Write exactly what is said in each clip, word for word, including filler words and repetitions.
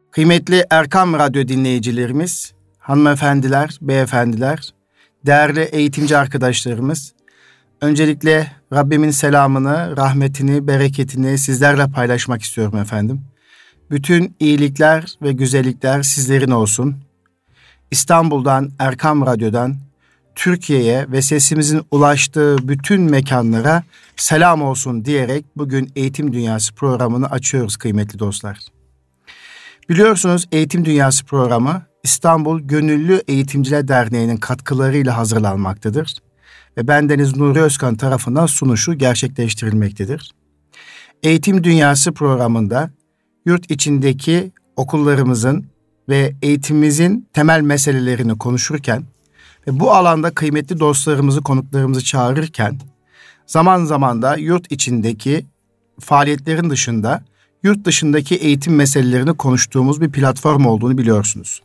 Kıymetli Erkam Radyo dinleyicilerimiz, hanımefendiler, beyefendiler, değerli eğitimci arkadaşlarımız, öncelikle Rabbimin selamını, rahmetini, bereketini sizlerle paylaşmak istiyorum efendim. Bütün iyilikler ve güzellikler sizlerin olsun. İstanbul'dan, Erkam Radyo'dan, Türkiye'ye ve sesimizin ulaştığı bütün mekanlara selam olsun diyerek bugün Eğitim Dünyası programını açıyoruz kıymetli dostlar. Biliyorsunuz Eğitim Dünyası programı İstanbul Gönüllü Eğitimciler Derneği'nin katkılarıyla hazırlanmaktadır. Ve bendeniz Nuri Özkan tarafından sunuşu gerçekleştirilmektedir. Eğitim Dünyası programında yurt içindeki okullarımızın ve eğitimimizin temel meselelerini konuşurken ve bu alanda kıymetli dostlarımızı, konuklarımızı çağırırken zaman zaman da yurt içindeki faaliyetlerin dışında yurt dışındaki eğitim meselelerini konuştuğumuz bir platform olduğunu biliyorsunuz.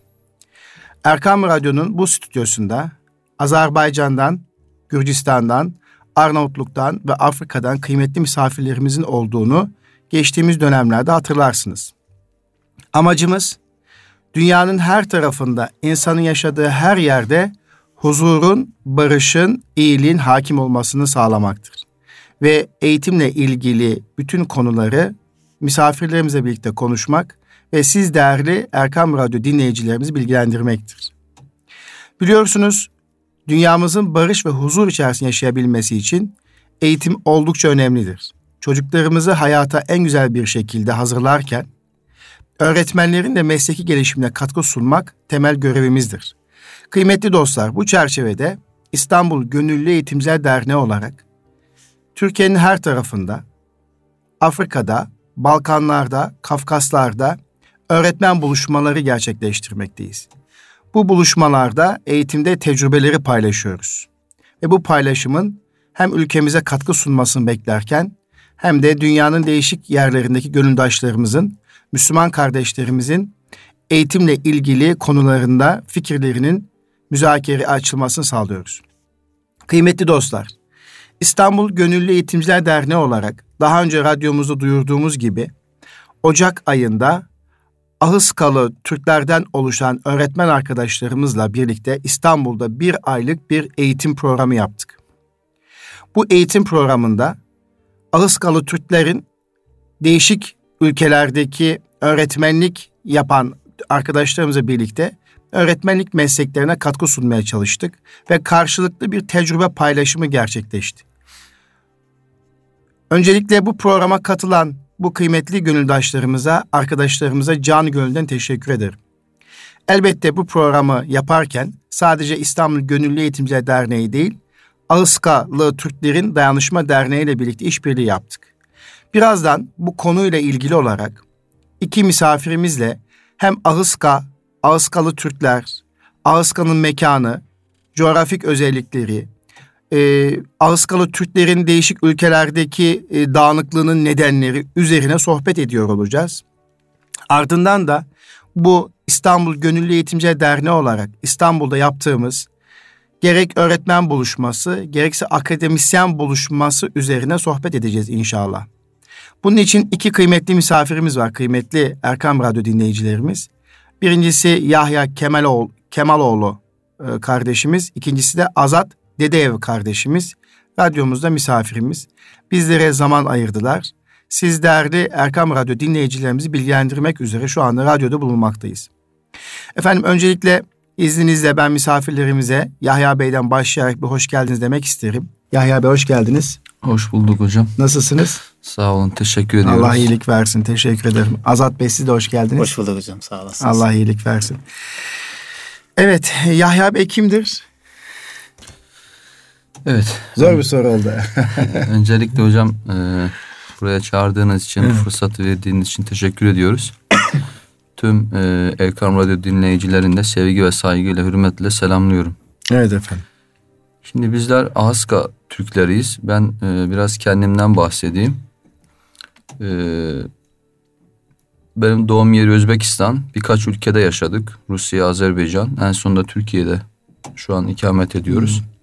Erkam Radyo'nun bu stüdyosunda Azerbaycan'dan, Gürcistan'dan, Arnavutluk'tan ve Afrika'dan kıymetli misafirlerimizin olduğunu geçtiğimiz dönemlerde hatırlarsınız. Amacımız dünyanın her tarafında, insanın yaşadığı her yerde huzurun, barışın, iyiliğin hakim olmasını sağlamaktır. Ve eğitimle ilgili bütün konuları misafirlerimizle birlikte konuşmak ve siz değerli Erkam Radyo dinleyicilerimizi bilgilendirmektir. Biliyorsunuz dünyamızın barış ve huzur içerisinde yaşayabilmesi için eğitim oldukça önemlidir. Çocuklarımızı hayata en güzel bir şekilde hazırlarken öğretmenlerin de mesleki gelişimine katkı sunmak temel görevimizdir. Kıymetli dostlar, bu çerçevede İstanbul Gönüllü Eğitimciler Derneği olarak Türkiye'nin her tarafında, Afrika'da, Balkanlarda, Kafkaslar'da öğretmen buluşmaları gerçekleştirmekteyiz. Bu buluşmalarda eğitimde tecrübeleri paylaşıyoruz. Ve bu paylaşımın hem ülkemize katkı sunmasını beklerken hem de dünyanın değişik yerlerindeki gönüldaşlarımızın, Müslüman kardeşlerimizin eğitimle ilgili konularında fikirlerinin müzakere açılmasını sağlıyoruz. Kıymetli dostlar, İstanbul Gönüllü Eğitimciler Derneği olarak daha önce radyomuzda duyurduğumuz gibi Ocak ayında Ahıskalı Türklerden oluşan öğretmen arkadaşlarımızla birlikte İstanbul'da bir aylık bir eğitim programı yaptık. Bu eğitim programında Ahıskalı Türklerin değişik ülkelerdeki öğretmenlik yapan arkadaşlarımızla birlikte öğretmenlik mesleklerine katkı sunmaya çalıştık ve karşılıklı bir tecrübe paylaşımı gerçekleşti. Öncelikle bu programa katılan bu kıymetli gönüldaşlarımıza, arkadaşlarımıza can gönülden teşekkür ederim. Elbette bu programı yaparken sadece İstanbul Gönüllü Eğitimciler Derneği değil, Ahıskalı Türklerin Dayanışma Derneği ile birlikte işbirliği yaptık. Birazdan bu konuyla ilgili olarak iki misafirimizle hem Ahıska, Ahıskalı Türkler, Ahıska'nın mekanı, coğrafik özellikleri, e, Ahıskalı Türklerin değişik ülkelerdeki e, dağınıklığının nedenleri üzerine sohbet ediyor olacağız. Ardından da bu İstanbul Gönüllü Eğitimciler Derneği olarak İstanbul'da yaptığımız gerek öğretmen buluşması, gerekse akademisyen buluşması üzerine sohbet edeceğiz inşallah. Bunun için iki kıymetli misafirimiz var, kıymetli Erkam Radyo dinleyicilerimiz. Birincisi Yahya Kemaloğlu, Kemaloğlu e, kardeşimiz, ikincisi de Azat Dedeyev kardeşimiz. Radyomuzda misafirimiz. Bizlere zaman ayırdılar. Siz değerli Erkam Radyo dinleyicilerimizi bilgilendirmek üzere şu anda radyoda bulunmaktayız. Efendim öncelikle izninizle ben misafirlerimize Yahya Bey'den başlayarak bir hoş geldiniz demek isterim. Yahya Bey hoş geldiniz. Hoş bulduk hocam. Nasılsınız? Sağ olun, teşekkür ediyoruz. Allah iyilik versin, teşekkür ederim. Azat Bey siz de hoş geldiniz. Hoş bulduk hocam, sağ olasınız. Allah iyilik versin. Evet, Yahya Bey kimdir? Evet. Zor bir soru oldu. Öncelikle hocam e, buraya çağırdığınız için, fırsatı verdiğiniz için teşekkür ediyoruz. Tüm e, Erkam Radyo dinleyicilerini de sevgi ve saygıyla, hürmetle selamlıyorum. Evet efendim. Şimdi bizler Ahıska Türkleriyiz. Ben e, biraz kendimden bahsedeyim. E, benim doğum yeri Özbekistan. Birkaç ülkede yaşadık. Rusya, Azerbaycan. En sonunda Türkiye'de şu an ikamet ediyoruz. Hmm.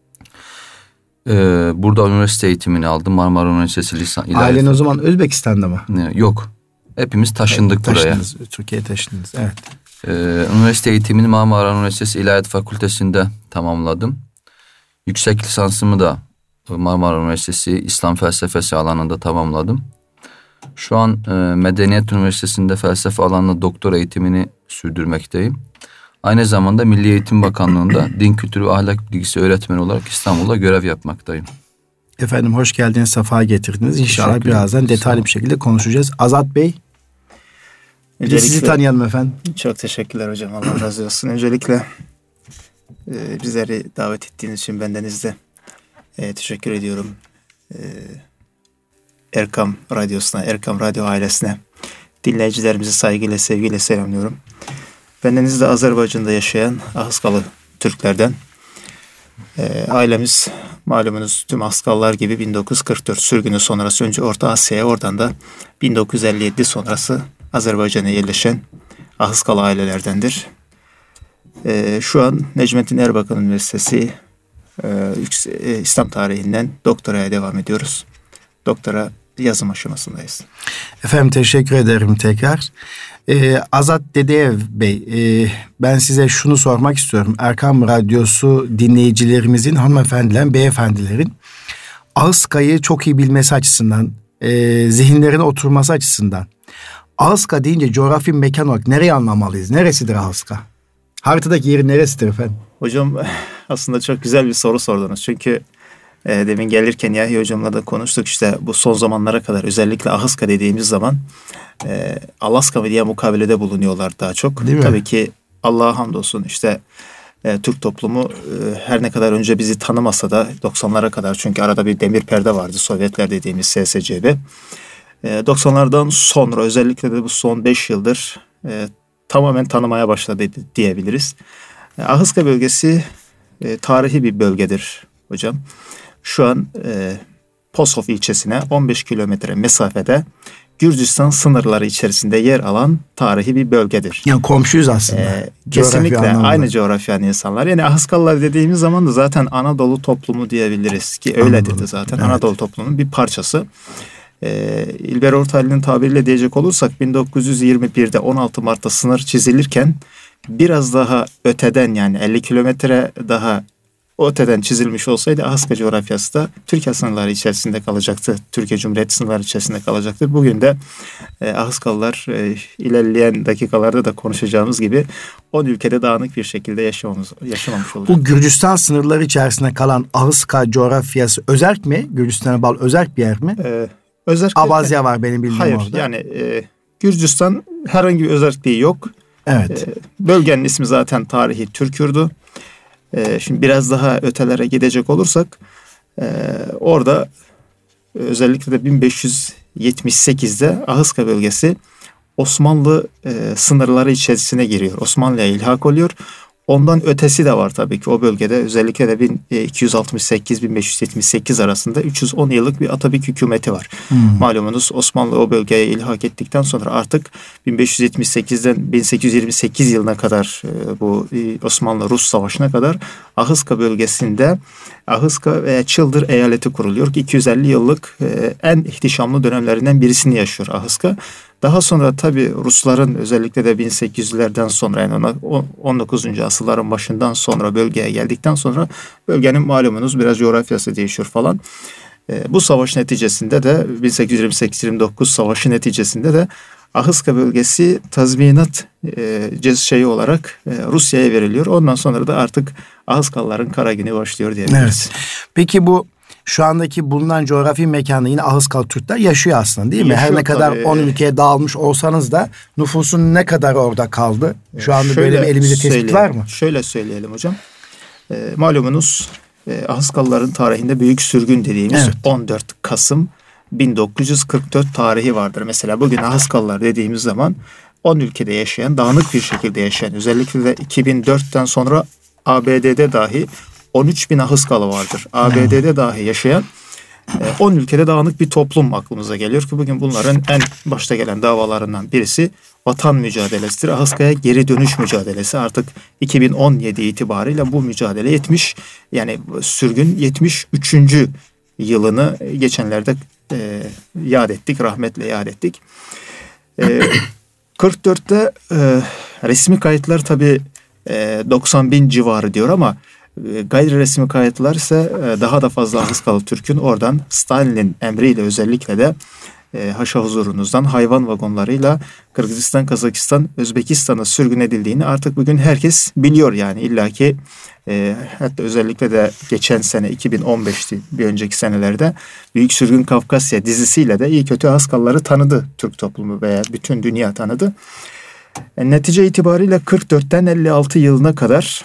Ee, burada üniversite eğitimini aldım. Marmara Üniversitesi lisan. Ailen o zaman Özbekistan'da mı? Yok. hepimiz taşındık evet, buraya. Türkiye'ye taşındınız. Evet. Ee, üniversite eğitimini Marmara Üniversitesi İlahiyat Fakültesi'nde tamamladım. Yüksek lisansımı da Marmara Üniversitesi İslam Felsefesi alanında tamamladım. Şu an e, Medeniyet Üniversitesi'nde felsefe alanında doktora eğitimini sürdürmekteyim. Aynı zamanda Milli Eğitim Bakanlığı'nda din kültürü ve ahlak bilgisi öğretmeni olarak İstanbul'da görev yapmaktayım. Efendim hoş geldiniz, sefa getirdiniz. İnşallah birazdan detaylı bir şekilde konuşacağız. Azat Bey, öncelikle sizi tanıyalım efendim. Çok teşekkürler hocam, Allah razı olsun. Öncelikle e, bizleri davet ettiğiniz için bendeniz de e, teşekkür ediyorum. E, Erkam Radyosu'na, Erkam Radyo ailesine, dinleyicilerimizi saygıyla, sevgiyle selamlıyorum. Bendeniz de Azerbaycan'da yaşayan Ahıskalı Türklerden. E, ailemiz malumunuz tüm Ahıskallar gibi bin dokuz yüz kırk dört sürgünü sonrası önce Orta Asya'ya, oradan da bin dokuz yüz elli yedi sonrası Azerbaycan'a yerleşen Ahıskalı ailelerdendir. E, şu an Necmettin Erbakan Üniversitesi e, İslam tarihinden doktoraya devam ediyoruz. Doktora yazım aşamasındayız. Efendim teşekkür ederim tekrar. Ee, Azat Dedeyev Bey, e, ben size şunu sormak istiyorum. Erkam Radyosu dinleyicilerimizin, hanımefendilerin, beyefendilerin Ahıska'yı çok iyi bilmesi açısından, e, zihinlerine oturması açısından, Ahıska deyince coğrafi mekan olarak nereyi anlamalıyız? Neresidir Ahıska? Haritadaki yeri neresidir efendim? Hocam aslında çok güzel bir soru sordunuz. Çünkü e, demin gelirken Yahya hocamla da konuştuk. İşte bu son zamanlara kadar özellikle Ahıska dediğimiz zaman e, Alaska diye mukabelede bulunuyorlar daha çok. Değil mi? Tabii ki Allah'a hamdolsun işte e, Türk toplumu e, her ne kadar önce bizi tanımasa da doksanlara kadar, çünkü arada bir demir perde vardı, Sovyetler dediğimiz S S C B. E, doksanlardan sonra özellikle de bu son beş yıldır e, tamamen tanımaya başladı diyebiliriz. E, Ahıska bölgesi e, tarihi bir bölgedir hocam. Şu an e, Posov ilçesine on beş kilometre mesafede Gürcistan sınırları içerisinde yer alan tarihi bir bölgedir. Yani komşuyuz aslında. Ee, kesinlikle anlamında. Aynı coğrafyanın insanlar. Yani Ahıskalılar dediğimiz zaman da zaten Anadolu toplumu diyebiliriz ki öyledir de zaten. Evet. Anadolu toplumunun bir parçası. Ee, İlber Ortaylı'nın tabiriyle diyecek olursak bin dokuz yüz yirmi birde on altı Mart'ta sınır çizilirken biraz daha öteden, yani elli kilometre daha öteden çizilmiş olsaydı Ahıska coğrafyası da Türkiye sınırları içerisinde kalacaktı. Türkiye Cumhuriyeti sınırları içerisinde kalacaktı. Bugün de e, Ahıskalılar e, ilerleyen dakikalarda da konuşacağımız gibi on ülkede dağınık bir şekilde yaşamamız, yaşamamış olacak. Bu Gürcistan sınırları içerisinde kalan Ahıska coğrafyası özerk mi? Gürcistan'a bağlı özerk bir yer mi? Ee, özerk Abazya var benim bildiğim hayır, orada. Hayır yani e, Gürcistan herhangi bir özerkliği yok. Evet. E, bölgenin ismi zaten tarihi Türk yurdu. Ee, şimdi biraz daha ötelere gidecek olursak e, orada özellikle de bin beş yüz yetmiş sekizde Ahıska bölgesi Osmanlı e, sınırları içerisine giriyor. Osmanlı'ya ilhak oluyor. Ondan ötesi de var tabii ki o bölgede, özellikle de bin iki yüz altmış sekiz bin beş yüz yetmiş sekiz arasında üç yüz on yıllık bir Atabek hükümeti var. Hmm. Malumunuz Osmanlı o bölgeye ilhak ettikten sonra artık bin beş yüz yetmiş sekizden bin sekiz yüz yirmi sekiz yılına kadar bu Osmanlı-Rus Savaşı'na kadar Ahıska bölgesinde Ahıska ve Çıldır eyaleti kuruluyor. iki yüz elli yıllık en ihtişamlı dönemlerinden birisini yaşıyor Ahıska. Daha sonra tabii Rusların özellikle de bin sekiz yüzlerden sonra, yani on dokuzuncu asırların başından sonra bölgeye geldikten sonra bölgenin malumunuz biraz coğrafyası değişiyor falan. E, bu savaş neticesinde de bin sekiz yüz yirmi sekiz yirmi dokuz savaşı neticesinde de Ahıska bölgesi tazminat e, şeyi olarak e, Rusya'ya veriliyor. Ondan sonra da artık Ahıskalıların kara günü başlıyor diyebiliriz. Evet. Peki bu şu andaki bulunan coğrafi mekanda yine Ahıskalı Türkler yaşıyor aslında değil mi? Yaşıyor, her ne kadar tabii. on ülkeye dağılmış olsanız da nüfusun ne kadar orada kaldı? Şu anda Şöyle böyle bir elimizde tespit var mı? Şöyle söyleyelim hocam. E, malumunuz e, Ahıskalıların tarihinde büyük sürgün dediğimiz evet. on dört Kasım bin dokuz yüz kırk dört tarihi vardır. Mesela bugün Ahıskalılar dediğimiz zaman on ülkede yaşayan, dağınık bir şekilde yaşayan, özellikle de iki bin dörtten sonra A B D'de dahi on üç bin Ahıskalı vardır. A B D'de dahi yaşayan on ülkede dağınık bir toplum aklımıza geliyor ki bugün bunların en başta gelen davalarından birisi vatan mücadelesidir. Ahıska'ya geri dönüş mücadelesi. Artık iki bin on yedi itibariyle bu mücadele yetmiş, yani sürgün yetmiş üçüncü yılını geçenlerde e, yad ettik, rahmetle yad ettik. E, kırk dörtte e, resmi kayıtlar tabii e, doksan bin civarı diyor ama e, gayri resmi kayıtlar ise e, daha da fazla Ahıskalı Türk'ün oradan Stalin'in emriyle özellikle de e, haşa huzurunuzdan hayvan vagonlarıyla Kırgızistan, Kazakistan, Özbekistan'a sürgün edildiğini artık bugün herkes biliyor yani illaki. E, hatta özellikle de geçen sene iki bin on beşti bir önceki senelerde Büyük Sürgün Kafkasya dizisiyle de iyi kötü Ahıskalıları tanıdı Türk toplumu veya bütün dünya tanıdı. E, netice itibariyle kırk dörtten elli altı yılına kadar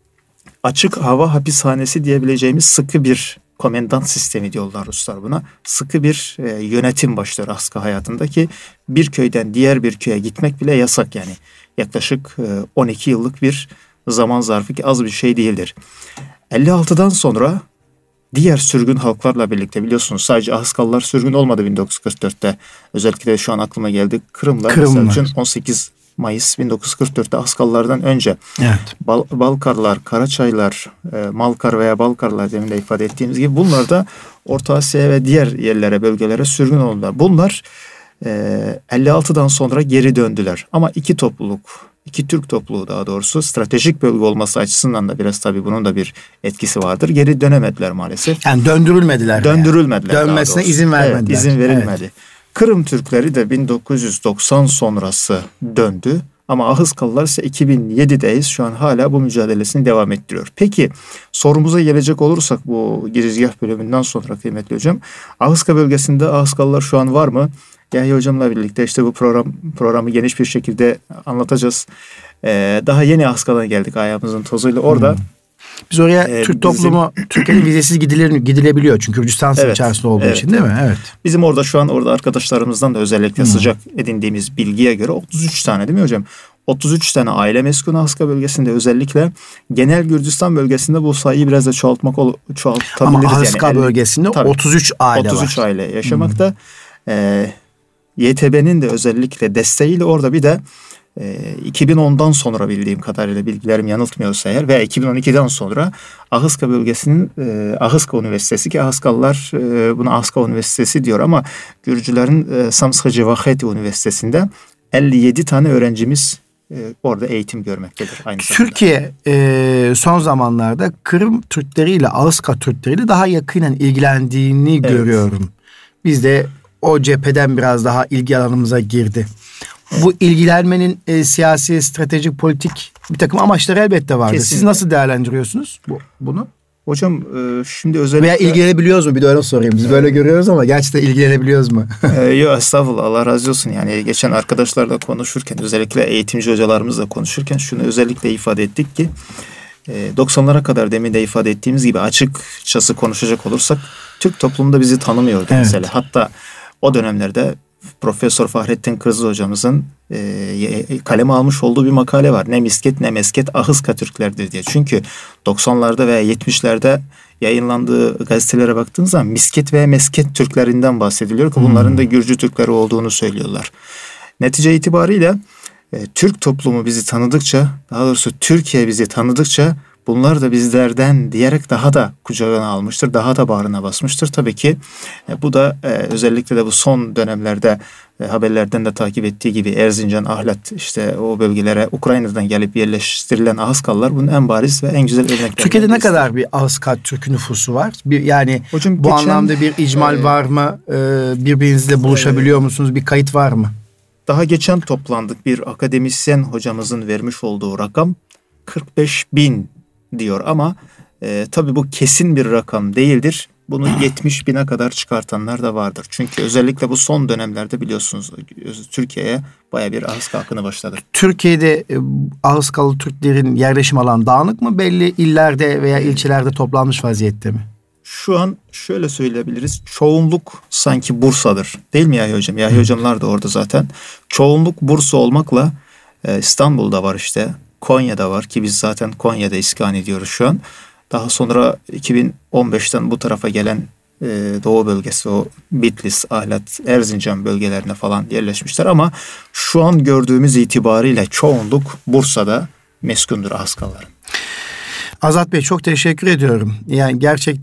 açık hava hapishanesi diyebileceğimiz sıkı bir komendant sistemi diyorlar Ruslar buna. Sıkı bir e, yönetim başlıyor Ahıska hayatındaki. Bir köyden diğer bir köye gitmek bile yasak yani. Yaklaşık e, on iki yıllık bir zaman zarfı ki az bir şey değildir. elli altıdan sonra diğer sürgün halklarla birlikte biliyorsunuz sadece Ahıskalılar sürgün olmadı bin dokuz yüz kırk dörtte. Özellikle de şu an aklıma geldi Kırımlar. Kırımlar. Mesela on sekiz Mayıs bin dokuz yüz kırk dörtte Ahıskalılardan önce Evet. Bal, Balkarlar, Karaçaylar, e, Malkar veya Balkarlar demin de ifade ettiğimiz gibi bunlar da Orta Asya'ya ve diğer yerlere, bölgelere sürgün oldular. Bunlar e, elli altıdan sonra geri döndüler. Ama iki topluluk, iki Türk topluluğu daha doğrusu stratejik bölge olması açısından da biraz tabii bunun da bir etkisi vardır. Geri dönemediler maalesef. Yani döndürülmediler. Döndürülmediler. Yani. Dönmesine izin vermediler. Evet, izin verilmedi. Evet. Kırım Türkleri de bin dokuz yüz doksan sonrası döndü. Ama Ahıskalılar ise iki bin yedideyiz. Şu an hala bu mücadelesini devam ettiriyor. Peki sorumuza gelecek olursak bu girizgah bölümünden sonra kıymetli hocam. Ahıska bölgesinde Ahıskalılar şu an var mı? Yahya hocamla birlikte işte bu program programı geniş bir şekilde anlatacağız. Ee, daha yeni Ahıska'dan geldik ayağımızın tozuyla. Orada Hmm. Biz oraya e, Türk bizim, toplumu Türkiye'de vizesiz gidilir, gidilebiliyor. Çünkü Gürcistan evet, içerisinde olduğu evet, için değil mi? Evet. Bizim orada şu an orada arkadaşlarımızdan da özellikle Hmm. sıcak edindiğimiz bilgiye göre otuz üç tane değil mi hocam? otuz üç tane aile meskun Ahıska bölgesinde özellikle genel Gürcistan bölgesinde bu sayıyı biraz da çoğaltmak çoğaltabiliriz. Ama Ahıska yani. bölgesinde Tabii, otuz üç aile otuz üç var. aile yaşamakta. Hmm. Ee, Y T B'nin de özellikle desteğiyle orada bir de e, iki bin ondan sonra bildiğim kadarıyla bilgilerim yanıltmıyorsa eğer veya iki bin on ikiden sonra Ahıska bölgesinin e, Ahıska Üniversitesi ki Ahıskalılar e, buna Ahıska Üniversitesi diyor ama Gürcülerin e, Samskacı Vaheti Üniversitesi'nde elli yedi tane öğrencimiz e, orada eğitim görmektedir. Aynı Türkiye e, son zamanlarda Kırım Türkleriyle Ahıska Türkleriyle daha yakinen ilgilendiğini evet. görüyorum. Biz de o cepheden biraz daha ilgi alanımıza girdi. Bu ilgilenmenin e, siyasi, stratejik, politik bir takım amaçları elbette vardır. Kesinlikle. Siz nasıl değerlendiriyorsunuz bu, bunu? Hocam e, şimdi özellikle... Veya ilgilenebiliyoruz mu? Bir de öyle sorayım. Biz böyle görüyoruz ama gerçekten ilgilenebiliyoruz mu? e, yok estağfurullah, Allah razı olsun. Yani geçen arkadaşlarla konuşurken özellikle eğitimci hocalarımızla konuşurken şunu özellikle ifade ettik ki e, doksanlara kadar demin de ifade ettiğimiz gibi açıkçası konuşacak olursak Türk toplumunda bizi tanımıyordu evet. mesela. Hatta o dönemlerde Profesör Fahrettin Kırızlı hocamızın e, kaleme almış olduğu bir makale var. Ne misket ne mesket Ahıska Türklerdir diye. Çünkü doksanlarda veya yetmişlerde yayınlandığı gazetelere baktığınız zaman misket veya mesket Türklerinden bahsediliyor ki bunların hmm. da Gürcü Türkleri olduğunu söylüyorlar. Netice itibariyle e, Türk toplumu bizi tanıdıkça, daha doğrusu Türkiye bizi tanıdıkça bunlar da bizlerden diyerek daha da kucağına almıştır, daha da bağrına basmıştır. Tabii ki e, bu da e, özellikle de bu son dönemlerde e, haberlerden de takip ettiği gibi Erzincan, Ahlat işte o bölgelere Ukrayna'dan gelip yerleştirilen Ahıskalılar bunun en bariz ve en güzel örneklerinden. Türkiye'de ne kadar bir Ahıska Türk nüfusu var? Bir, yani hocam, bu geçen, anlamda bir icmal e, var mı? E, birbirinizle buluşabiliyor e, musunuz? Bir kayıt var mı? Daha geçen toplandık, bir akademisyen hocamızın vermiş olduğu rakam kırk beş bin diyor ama e, tabii bu kesin bir rakam değildir. Bunu yetmiş bine kadar çıkartanlar da vardır. Çünkü özellikle bu son dönemlerde biliyorsunuz Türkiye'ye baya bir Ahıska akını başladı. Türkiye'de e, Ahıskalı Türklerin yerleşim alanı dağınık mı? Belli illerde veya ilçelerde toplanmış vaziyette mi? Şu an şöyle söyleyebiliriz. Çoğunluk sanki Bursa'dır. Değil mi Yahya Hocam? Yahya Hocamlar da orada zaten. Çoğunluk Bursa olmakla e, İstanbul'da var işte. Konya'da var ki biz zaten Konya'da iskan ediyoruz şu an. Daha sonra iki bin on beşten bu tarafa gelen e, Doğu bölgesi o Bitlis, Ahlat, Erzincan bölgelerine falan yerleşmişler ama şu an gördüğümüz itibariyle çoğunluk Bursa'da meskundur Ahıskalıların. Azat Bey çok teşekkür ediyorum. Yani gerçekten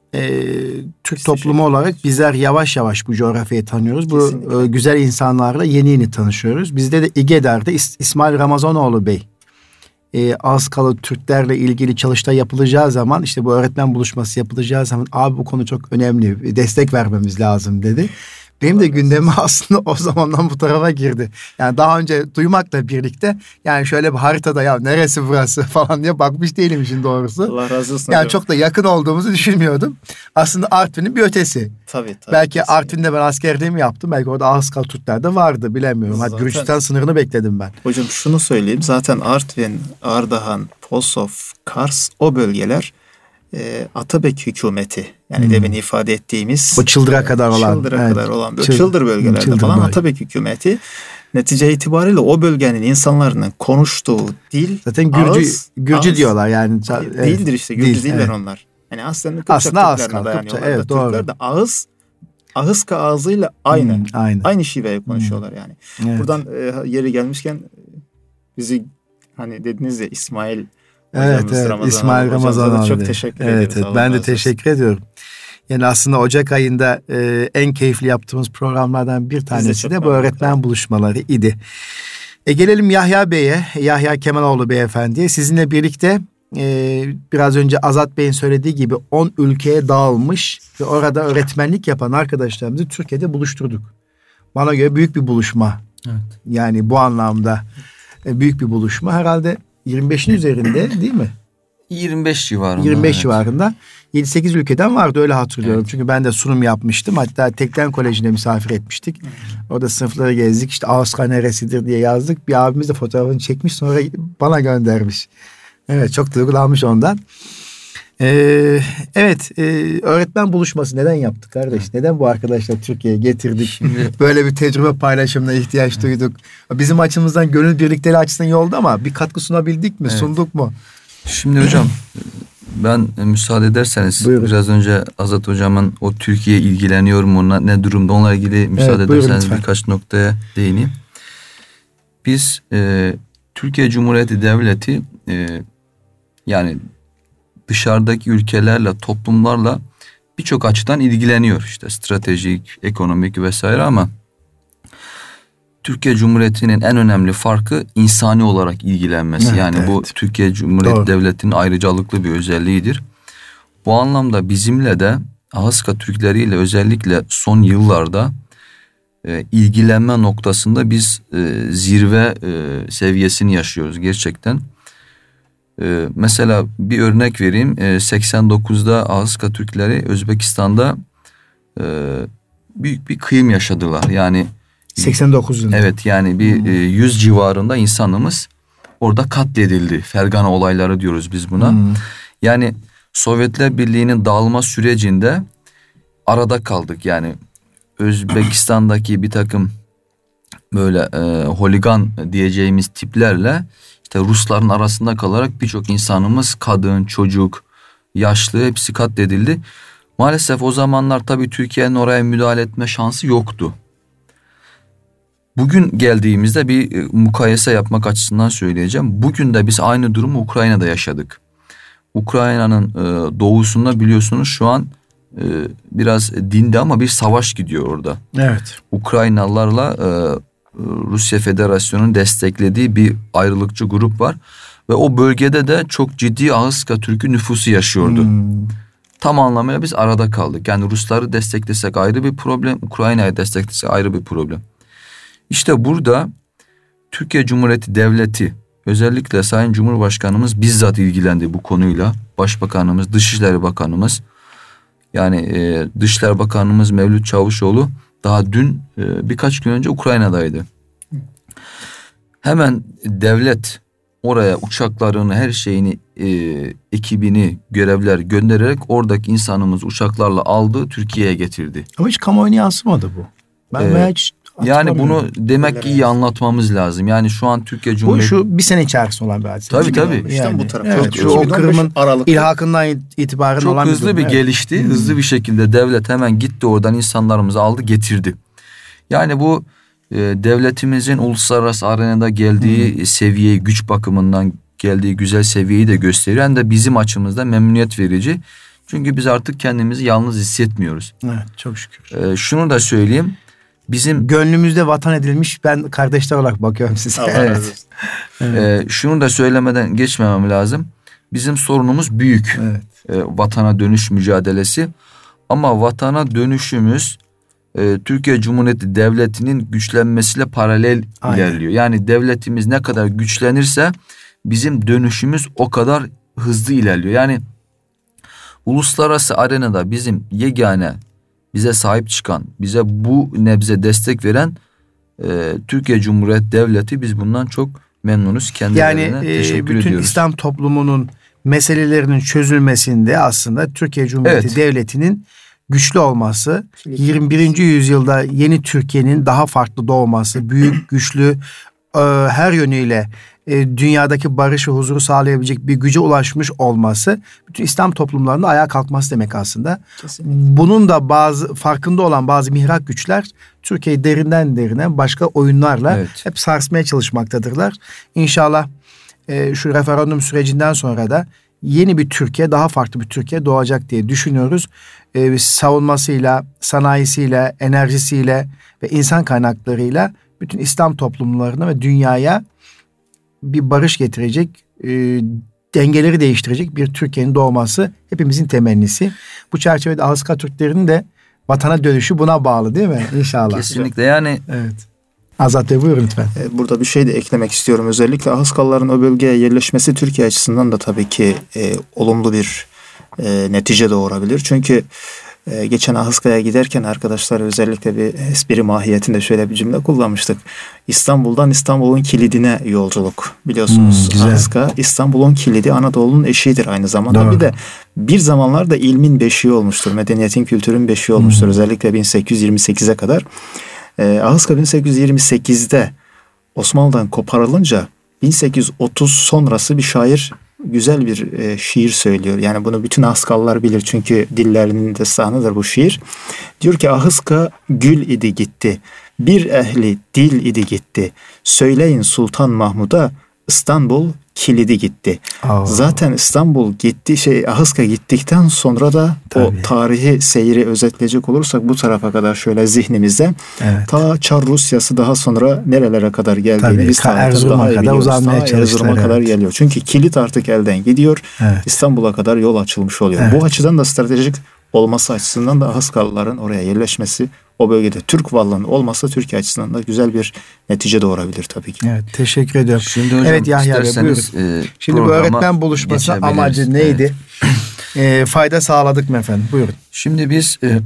e, Türk toplumu olarak bizler yavaş yavaş bu coğrafyayı tanıyoruz. Bu e, güzel insanlarla yeni yeni tanışıyoruz. Bizde de İgeder'de İs- İsmail Ramazanoğlu Bey e, Ağızkalı Türklerle ilgili çalıştay yapılacağı zaman, işte bu öğretmen buluşması yapılacağı zaman abi bu konu çok önemli, destek vermemiz lazım dedi. Benim de gündeme aslında o zamandan bu tarafa girdi. Yani daha önce duymakla birlikte yani şöyle bir haritada ya neresi burası falan diye bakmış değilim işin doğrusu. Allah razı olsun. Yani hocam. çok da yakın olduğumuzu düşünmüyordum. Aslında Artvin'in bir ötesi. Tabii tabii. Belki kesinlikle. Artvin'de ben askerliğimi yaptım. Belki orada Ağızkalı Türkler de vardı, bilemiyorum. Hadi Zaten- Gürcistan sınırını bekledim ben. Hocam şunu söyleyeyim. Zaten Artvin, Ardahan, Posof, Kars o bölgeler e, Atabek hükümeti. Yani Hmm. demin ifade ettiğimiz. O Çıldır'a kadar olan. Çıldıra evet. kadar olan. Çıl- Çıldır bölgelerde Çıldır falan bölge. Atabek hükümeti. Netice itibariyle o bölgenin insanların konuştuğu dil Zaten Gürcü, ağız, Gürcü ağız diyorlar yani. değildir Evet. işte. Gürcü Değil, değiller evet. onlar. Yani aslında Kıpçak Aslında Ağızkalı, Türklerine dayanıyorlar. Kıpçak, evet, da. doğru. Türkler de ağız, Ağızka ağzıyla aynı. Hmm, aynı. Aynı şiveyi konuşuyorlar yani. Evet. Buradan e, yeri gelmişken e, bizi hani dediniz ya İsmail Evet, hocamız, evet. Ramazan İsmail abi, Ramazan hocamıza da abi. çok teşekkür evet, ederiz. Evet, Allah ben de razı olsun. teşekkür ediyorum. Yani aslında Ocak ayında e, en keyifli yaptığımız programlardan bir tanesi çok de bu memnun öğretmen kaldık. buluşmaları idi. E, gelelim Yahya Bey'e, Yahya Kemaloğlu Beyefendi'ye. Sizinle birlikte e, biraz önce Azat Bey'in söylediği gibi on ülkeye dağılmış ve orada öğretmenlik yapan arkadaşlarımızı Türkiye'de buluşturduk. Bana göre büyük bir buluşma. Evet. Yani bu anlamda e, büyük bir buluşma. Herhalde yirmi beşin üzerinde değil mi? yirmi beş civarında. yirmi beş evet. civarında. yedi sekiz ülkeden vardı, öyle hatırlıyorum. Evet. Çünkü ben de sunum yapmıştım. Hatta Teklen Koleji'ne misafir etmiştik. Orada sınıfları gezdik. İşte Ağızka neresidir diye yazdık. Bir abimiz de fotoğrafını çekmiş, sonra bana göndermiş. Evet, çok duygulanmış ondan. Ee, evet, e, öğretmen buluşması neden yaptık kardeş? Evet. Neden bu arkadaşlar Türkiye'ye getirdik? Şimdi... Böyle bir tecrübe paylaşımına ihtiyaç evet. duyduk. Bizim açımızdan gönül birlikteliği açısından iyi oldu ama bir katkı sunabildik mi? Evet. Sunduk mu? Şimdi hocam ben müsaade ederseniz Buyurun. Biraz önce Azat hocamın o Türkiye ilgileniyor mu, ne durumda, onunla ilgili müsaade evet, ederseniz lütfen. birkaç noktaya değineyim. Biz e, Türkiye Cumhuriyeti Devleti e, yani dışarıdaki ülkelerle, toplumlarla birçok açıdan ilgileniyor. İşte stratejik, ekonomik vesaire, ama Türkiye Cumhuriyeti'nin en önemli farkı insani olarak ilgilenmesi. Evet, yani evet. Bu Türkiye Cumhuriyeti Doğru. Devleti'nin ayrıcalıklı bir özelliğidir. Bu anlamda bizimle de Ağızka Türkleriyle özellikle son yıllarda e, ilgilenme noktasında biz e, zirve e, seviyesini yaşıyoruz gerçekten. E, mesela bir örnek vereyim. E, seksen dokuzda Ağızka Türkleri Özbekistan'da e, büyük bir kıyım yaşadılar. Yani seksen dokuz yılında. Evet, yani bir hmm. e, yüz civarında insanımız orada katledildi. Fergana olayları diyoruz biz buna. Hmm. Yani Sovyetler Birliği'nin dağılma sürecinde arada kaldık. Yani Özbekistan'daki bir takım böyle e, holigan diyeceğimiz tiplerle işte Rusların arasında kalarak birçok insanımız, kadın, çocuk, yaşlı hepsi katledildi. Maalesef o zamanlar tabii Türkiye'nin oraya müdahale etme şansı yoktu. Bugün geldiğimizde bir e, mukayese yapmak açısından söyleyeceğim. Bugün de biz aynı durumu Ukrayna'da yaşadık. Ukrayna'nın e, doğusunda biliyorsunuz şu an e, biraz dinde ama bir savaş gidiyor orada. Evet. Ukraynalılarla e, Rusya Federasyonu'nun desteklediği bir ayrılıkçı grup var. Ve o bölgede de çok ciddi Ağızka Türk'ü nüfusu yaşıyordu. Hmm. Tam anlamıyla biz arada kaldık. Yani Rusları desteklesek ayrı bir problem, Ukrayna'yı desteklesek ayrı bir problem. İşte burada Türkiye Cumhuriyeti Devleti, özellikle Sayın Cumhurbaşkanımız bizzat ilgilendi bu konuyla. Başbakanımız, Dışişleri Bakanımız, yani e, Dışişleri Bakanımız Mevlüt Çavuşoğlu daha dün e, birkaç gün önce Ukrayna'daydı. Hemen devlet oraya uçaklarını, her şeyini, e, ekibini, görevler göndererek oradaki insanımız uçaklarla aldı, Türkiye'ye getirdi. Ama hiç kamuoyuna yansımadı bu. Ben ee, hiç Yani bunu demek ki iyi anlatmamız lazım. Yani şu an Türkiye Cumhuriyeti... Bu şu bir sene içerisinde olan bir hadise. Tabii tabii. İşte yani, bu taraf. Evet, şu o Kırım'ın ilhakından itibaren çok olan bir hızlı durum. bir Evet. gelişti. Hmm. Hızlı bir şekilde devlet hemen gitti oradan insanlarımızı aldı getirdi. Yani bu e, devletimizin uluslararası arenada geldiği hmm. seviyeyi, güç bakımından geldiği güzel seviyeyi de gösteriyor. Hem de bizim açımızda memnuniyet verici. Çünkü biz artık kendimizi yalnız hissetmiyoruz. Evet, çok şükür. Ee, şunu da söyleyeyim. Bizim gönlümüzde vatan edilmiş, ben kardeşler olarak bakıyorum size. Evet. evet. Ee, şunu da söylemeden geçmemem lazım. Bizim sorunumuz büyük. Evet. Ee, vatana dönüş mücadelesi. Ama vatana dönüşümüz e, Türkiye Cumhuriyeti Devleti'nin güçlenmesiyle paralel Aynen. ilerliyor. Yani devletimiz ne kadar güçlenirse bizim dönüşümüz o kadar hızlı ilerliyor. Yani uluslararası arenada bizim yegane, bize sahip çıkan, bize bu nebze destek veren e, Türkiye Cumhuriyeti Devleti. Biz bundan çok memnunuz. Kendilerine yani, teşekkür e, bütün ediyoruz. bütün İslam toplumunun meselelerinin çözülmesinde aslında Türkiye Cumhuriyeti evet. Devleti'nin güçlü olması, yirmi birinci yüzyılda yeni Türkiye'nin daha farklı doğması, büyük, güçlü, e, her yönüyle e, dünyadaki barış ve huzuru sağlayabilecek bir güce ulaşmış olması, bütün İslam toplumlarında ayağa kalkması demek aslında. Kesinlikle. Bunun da bazı farkında olan bazı mihrak güçler Türkiye'yi derinden derine başka oyunlarla evet. hep sarsmaya çalışmaktadırlar. İnşallah e, şu referandum sürecinden sonra da yeni bir Türkiye, daha farklı bir Türkiye doğacak diye düşünüyoruz. Ee, savunmasıyla, sanayisiyle, enerjisiyle ve insan kaynaklarıyla bütün İslam toplumlarına ve dünyaya bir barış getirecek, e, dengeleri değiştirecek bir Türkiye'nin doğması hepimizin temennisi. Bu çerçevede Ahıska Türklerinin de vatana dönüşü buna bağlı değil mi? İnşallah. Kesinlikle yani. Evet. Azat Bey buyurun lütfen. Burada bir şey de eklemek istiyorum. Özellikle Ahıskalıların o bölgeye yerleşmesi Türkiye açısından da tabii ki e, olumlu bir e, netice doğurabilir. Çünkü e, geçen Ahıska'ya giderken arkadaşlar özellikle bir espri mahiyetinde şöyle bir cümle kullanmıştık. İstanbul'dan İstanbul'un kilidine yolculuk. Biliyorsunuz hmm, Ahıska İstanbul'un kilidi, Anadolu'nun eşiğidir aynı zamanda. Doğru. Bir de bir zamanlar da ilmin beşiği olmuştur. Medeniyetin, kültürün beşiği olmuştur. Hmm. Özellikle bin sekiz yüz yirmi sekize kadar. Ahıska bin sekiz yüz yirmi sekizde Osmanlı'dan koparılınca bin sekiz yüz otuz sonrası bir şair güzel bir e, şiir söylüyor. Yani bunu bütün Ahıskalılar bilir çünkü dillerinin destanıdır bu şiir. Diyor ki Ahıska gül idi gitti, bir ehli dil idi gitti. Söyleyin Sultan Mahmud'a İstanbul kilidi gitti. Aa. Zaten İstanbul gitti, şey Ahıska gittikten sonra da Tabii. o tarihi seyri özetleyecek olursak bu tarafa kadar şöyle zihnimizde evet. ta Çar Rusyası daha sonra nerelere kadar geldiğini biz Erzurum'a kadar uzanmaya çalıştılar. Erzurum'a evet. kadar geliyor. Çünkü kilit artık elden gidiyor. Evet. İstanbul'a kadar yol açılmış oluyor. Evet. Bu açıdan da stratejik olması açısından da Ahıskalıların oraya yerleşmesi, o bölgede Türk varlığının olmasa Türkiye açısından da güzel bir netice doğurabilir tabii ki. Evet, teşekkür ediyorum. Şimdi hocam, evet Yahya Bey buyurun. E, Şimdi bu öğretmen buluşması amacı neydi? Evet. E, fayda sağladık mı efendim? Buyurun. Şimdi biz e,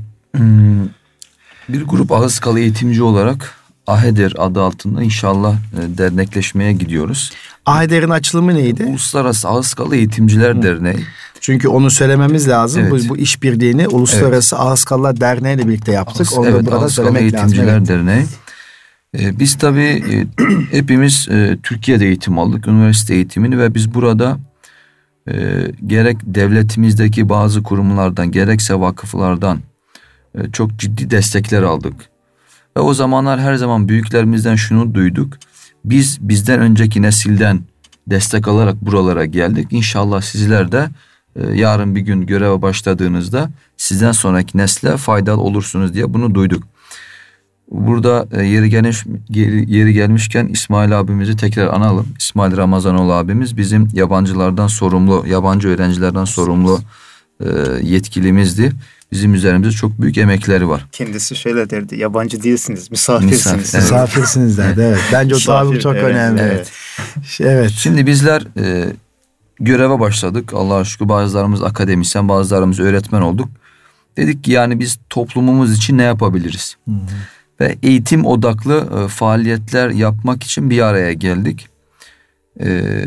bir grup Ahıskalı eğitimci olarak AHEDER adı altında inşallah e, dernekleşmeye gidiyoruz. AHEDER'in açılımı neydi? Uluslararası Ahıskalı Eğitimciler Hı. Derneği. Çünkü onu söylememiz lazım. Evet. Bu, bu işbirliğini Uluslararası evet. Ahıskalılar Derneği ile birlikte yaptık. Onu evet, burada söylemek Eğitimciler lazım. Derneği. Ee, biz tabii e, hepimiz e, Türkiye'de eğitim aldık. Üniversite eğitimini ve biz burada e, gerek devletimizdeki bazı kurumlardan gerekse vakıflardan e, çok ciddi destekler aldık. Ve o zamanlar her zaman büyüklerimizden şunu duyduk. Biz bizden önceki nesilden destek alarak buralara geldik. İnşallah sizler de e, yarın bir gün göreve başladığınızda sizden sonraki nesle faydalı olursunuz diye bunu duyduk. Burada e, yeri, gelmiş, yeri, yeri gelmişken İsmail abimizi tekrar analım. İsmail Ramazanoğlu abimiz bizim yabancılardan sorumlu, yabancı öğrencilerden sorumlu e, yetkilimizdi. Bizim üzerimizde çok büyük emekleri var. Kendisi şöyle derdi, yabancı değilsiniz, misafirsiniz. Misafir, evet. Misafirsiniz derdi, evet. Bence o tabir çok evet, önemli. Evet. evet. Şimdi bizler e, göreve başladık. Allah'a şükür bazılarımız akademisyen, bazılarımız öğretmen olduk. Dedik ki yani biz toplumumuz için ne yapabiliriz? Hı hı. Ve eğitim odaklı e, faaliyetler yapmak için bir araya geldik. E,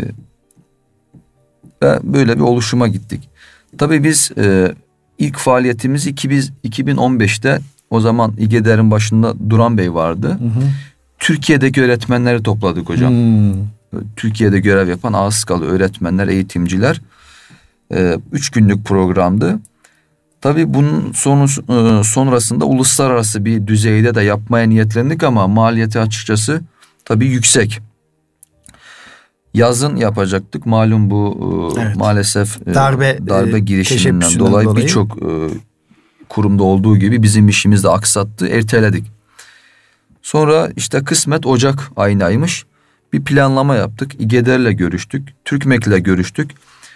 ve böyle bir oluşuma gittik. Tabii biz... E, İlk faaliyetimiz iki bin on beşte o zaman İGEDER'in başında Duran Bey vardı. Hı hı. Türkiye'deki öğretmenleri topladık hocam. Hmm. Türkiye'de görev yapan Ahıskalı öğretmenler, eğitimciler. Ee, üç günlük programdı. Tabii bunun sonu, sonrasında uluslararası bir düzeyde de yapmaya niyetlendik ama maliyeti açıkçası tabii yüksek. yazın yapacaktık. Malum bu evet. maalesef darbe, darbe girişiminden dolayı, dolayı. birçok kurumda olduğu gibi bizim işimizi de aksattı, erteledik. Sonra işte kısmet Ocak ayındaymış. Bir planlama yaptık. İGEDER'le görüştük. TÜRKMEK'le görüştük.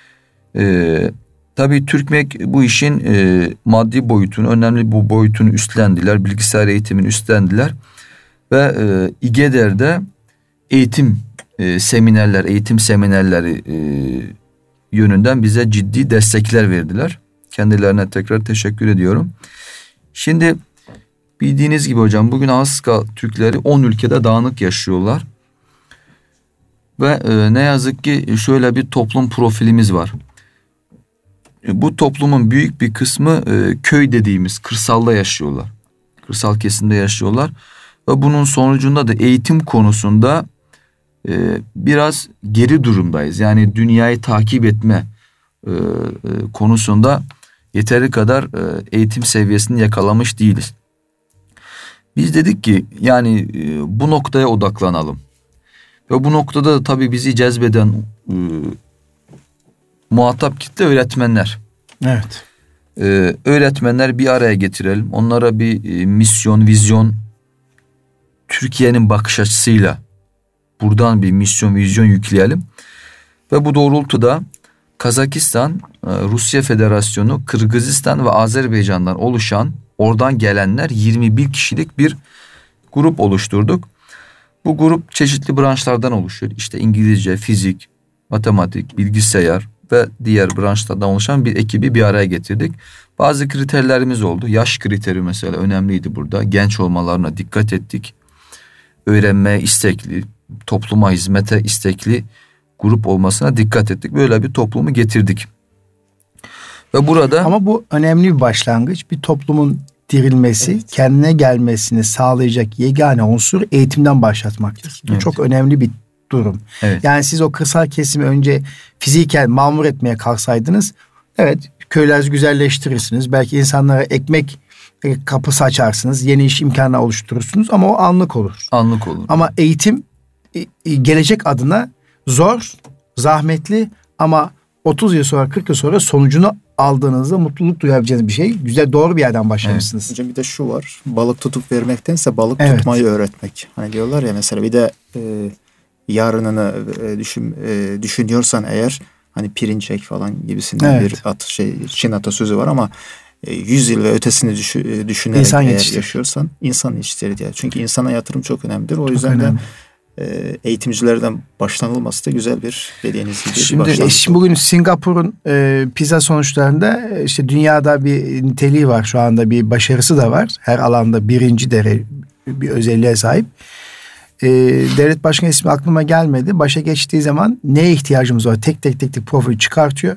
Ee, tabii TÜRKMEK bu işin e, maddi boyutunu, önemli bu boyutunu üstlendiler. Bilgisayar eğitimini üstlendiler. Ve e, İGEDER'de eğitim e, seminerler, eğitim seminerleri e, yönünden bize ciddi destekler verdiler. Kendilerine tekrar teşekkür ediyorum. Şimdi bildiğiniz gibi hocam bugün Alaska Türkleri on ülkede dağınık yaşıyorlar. Ve e, ne yazık ki şöyle bir toplum profilimiz var. E, bu toplumun büyük bir kısmı e, köy dediğimiz kırsalda yaşıyorlar. Kırsal kesimde yaşıyorlar. Ve bunun sonucunda da eğitim konusunda e, biraz geri durumdayız. Yani dünyayı takip etme e, e, konusunda yeteri kadar e, eğitim seviyesini yakalamış değiliz. Biz dedik ki yani e, bu noktaya odaklanalım. Ve bu noktada da tabii bizi cezbeden e, muhatap kitle öğretmenler. Evet. E, öğretmenler bir araya getirelim. Onlara bir e, misyon, vizyon, Türkiye'nin bakış açısıyla buradan bir misyon, vizyon yükleyelim. Ve bu doğrultuda Kazakistan, Rusya Federasyonu, Kırgızistan ve Azerbaycan'dan oluşan, oradan gelenler yirmi bir kişilik bir grup oluşturduk. Bu grup çeşitli branşlardan oluşuyor. İşte İngilizce, fizik, matematik, bilgisayar ve diğer branşlardan oluşan bir ekibi bir araya getirdik. Bazı kriterlerimiz oldu. Yaş kriteri mesela önemliydi burada. Genç olmalarına dikkat ettik. Öğrenmeye istekli, topluma hizmete istekli grup olmasına dikkat ettik. Böyle bir toplumu getirdik. Ve burada... Ama bu önemli bir başlangıç. Bir toplumun dirilmesi, evet. kendine gelmesini sağlayacak yegane unsur eğitimden başlatmaktır. Bu evet. çok önemli bir durum. Evet. Yani siz o kırsal kesimi önce fiziken mamur etmeye kalksaydınız, evet köyler güzelleştirirsiniz. Belki insanlara ekmek kapısı açarsınız, yeni iş imkanı oluşturursunuz ama o anlık olur. Anlık olur. Ama eğitim gelecek adına zor, zahmetli ama otuz yıl sonra, kırk yıl sonra sonucunu aldığınızda mutluluk duyabileceğiniz bir şey. Güzel, doğru bir yerden başlamışsınız. Evet. Hocam bir de şu var. Balık tutup vermektense balık evet. tutmayı öğretmek. Hani diyorlar ya mesela bir de e, yarınını e, düşün, e, düşünüyorsan eğer hani pirinç ek falan gibisinden evet. bir at, şey, Çin atasözü var ama e, yüz yıl ve ötesini düşü, düşünerek insan eğer yetiştir. yaşıyorsan insan yetiştir diye. Çünkü insana yatırım çok önemlidir. O çok yüzden önemli. de eğitimcilerden başlanılması da güzel bir dediğiniz gibi şimdi, bir başlangıç. Şimdi bugün Singapur'un e, PISA sonuçlarında işte dünyada bir niteliği var, şu anda bir başarısı da var. Her alanda birinci derece bir özelliğe sahip. E, devlet başkanı ismi aklıma gelmedi. Başa geçtiği zaman neye ihtiyacımız var? Tek tek tek tek profil çıkartıyor.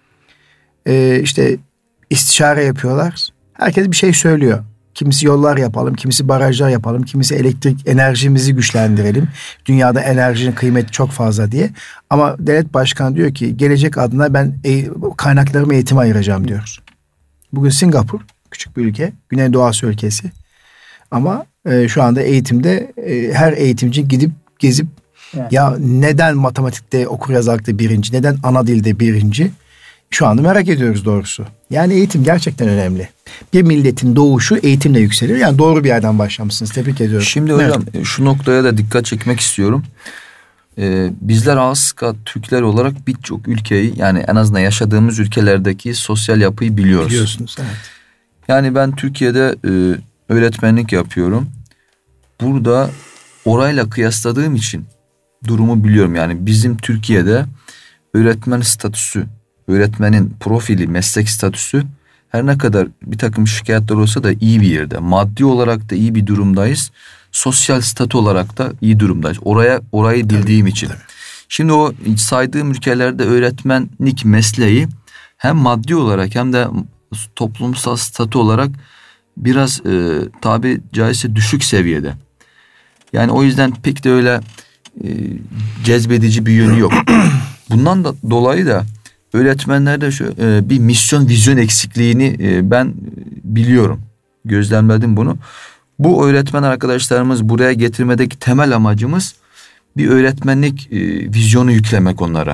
E, işte istişare yapıyorlar. Herkes bir şey söylüyor. Kimisi yollar yapalım, kimisi barajlar yapalım, kimisi elektrik enerjimizi güçlendirelim. Dünyada enerjinin kıymeti çok fazla diye. Ama devlet başkanı diyor ki gelecek adına ben e, kaynaklarımı eğitime ayıracağım diyor. Bugün Singapur küçük bir ülke, Güneydoğu Asya ülkesi. Ama e, şu anda eğitimde e, her eğitimci gidip gezip yani. ya neden matematikte okuryazarlıkta birinci, neden ana dilde birinci? Şu anda merak ediyoruz doğrusu. Yani eğitim gerçekten önemli. Bir milletin doğuşu eğitimle yükselir. Yani doğru bir yerden başlamışsınız. Tebrik ediyorum. Şimdi hocam evet. şu noktaya da dikkat çekmek istiyorum. Ee, bizler Alaska Türkler olarak birçok ülkeyi, yani en azından yaşadığımız ülkelerdeki sosyal yapıyı biliyoruz. Biliyorsunuz evet. Yani ben Türkiye'de e, öğretmenlik yapıyorum. Burada orayla kıyasladığım için durumu biliyorum. Yani bizim Türkiye'de öğretmen statüsü, öğretmenin profili, meslek statüsü her ne kadar bir takım şikayetler olsa da iyi bir yerde. Maddi olarak da iyi bir durumdayız. Sosyal statü olarak da iyi durumdayız. Oraya orayı bildiğim tabii, için. Tabii. Şimdi o saydığım ülkelerde öğretmenlik mesleği hem maddi olarak hem de toplumsal statü olarak biraz e, tabi caizse düşük seviyede. Yani o yüzden pek de öyle e, cezbedici bir yönü yok. Bundan da dolayı da öğretmenlerde şu e, bir misyon, vizyon eksikliğini e, ben biliyorum. Gözlemledim bunu. Bu öğretmen arkadaşlarımız buraya getirmedeki temel amacımız bir öğretmenlik e, vizyonu yüklemek onlara.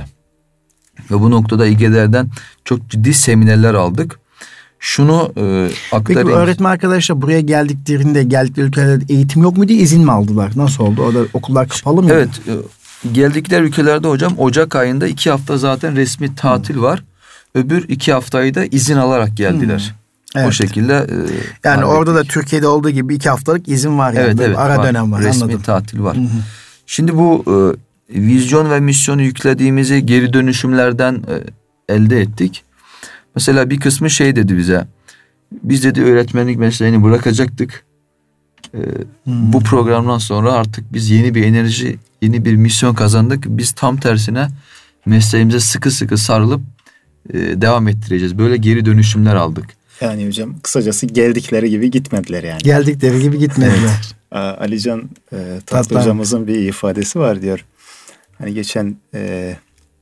Ve bu noktada İGEDER'den çok ciddi seminerler aldık. Şunu e, aktarayım. Peki öğretmen arkadaşlar buraya geldiklerinde, geldikleri ülkelerde eğitim yok muydu, izin mi aldılar? Nasıl oldu? Orada okullar kapalı mıydı? Evet. E, geldikleri ülkelerde hocam Ocak ayında iki hafta zaten resmi tatil hmm. var. Öbür iki haftayı da izin alarak geldiler. Hmm. Evet. O şekilde. E, yani hallettik. orada da Türkiye'de olduğu gibi iki haftalık izin var. Yani. Evet, evet, ara var. dönem var. Resmi Anladım. tatil var. Hı hı. Şimdi bu e, vizyon ve misyonu yüklediğimizi geri dönüşümlerden e, elde ettik. Mesela bir kısmı şey dedi bize. Biz dedi öğretmenlik mesleğini bırakacaktık. E, hmm. Bu programdan sonra artık biz yeni bir enerji, yeni bir misyon kazandık. Biz tam tersine mesleğimize sıkı sıkı sarılıp e, devam ettireceğiz. Böyle geri dönüşümler aldık. Yani hocam kısacası geldikleri gibi gitmediler yani. Geldikleri gibi gitmediler. Alican e, Tatlı hocamızın bir ifadesi var diyor. Hani geçen e,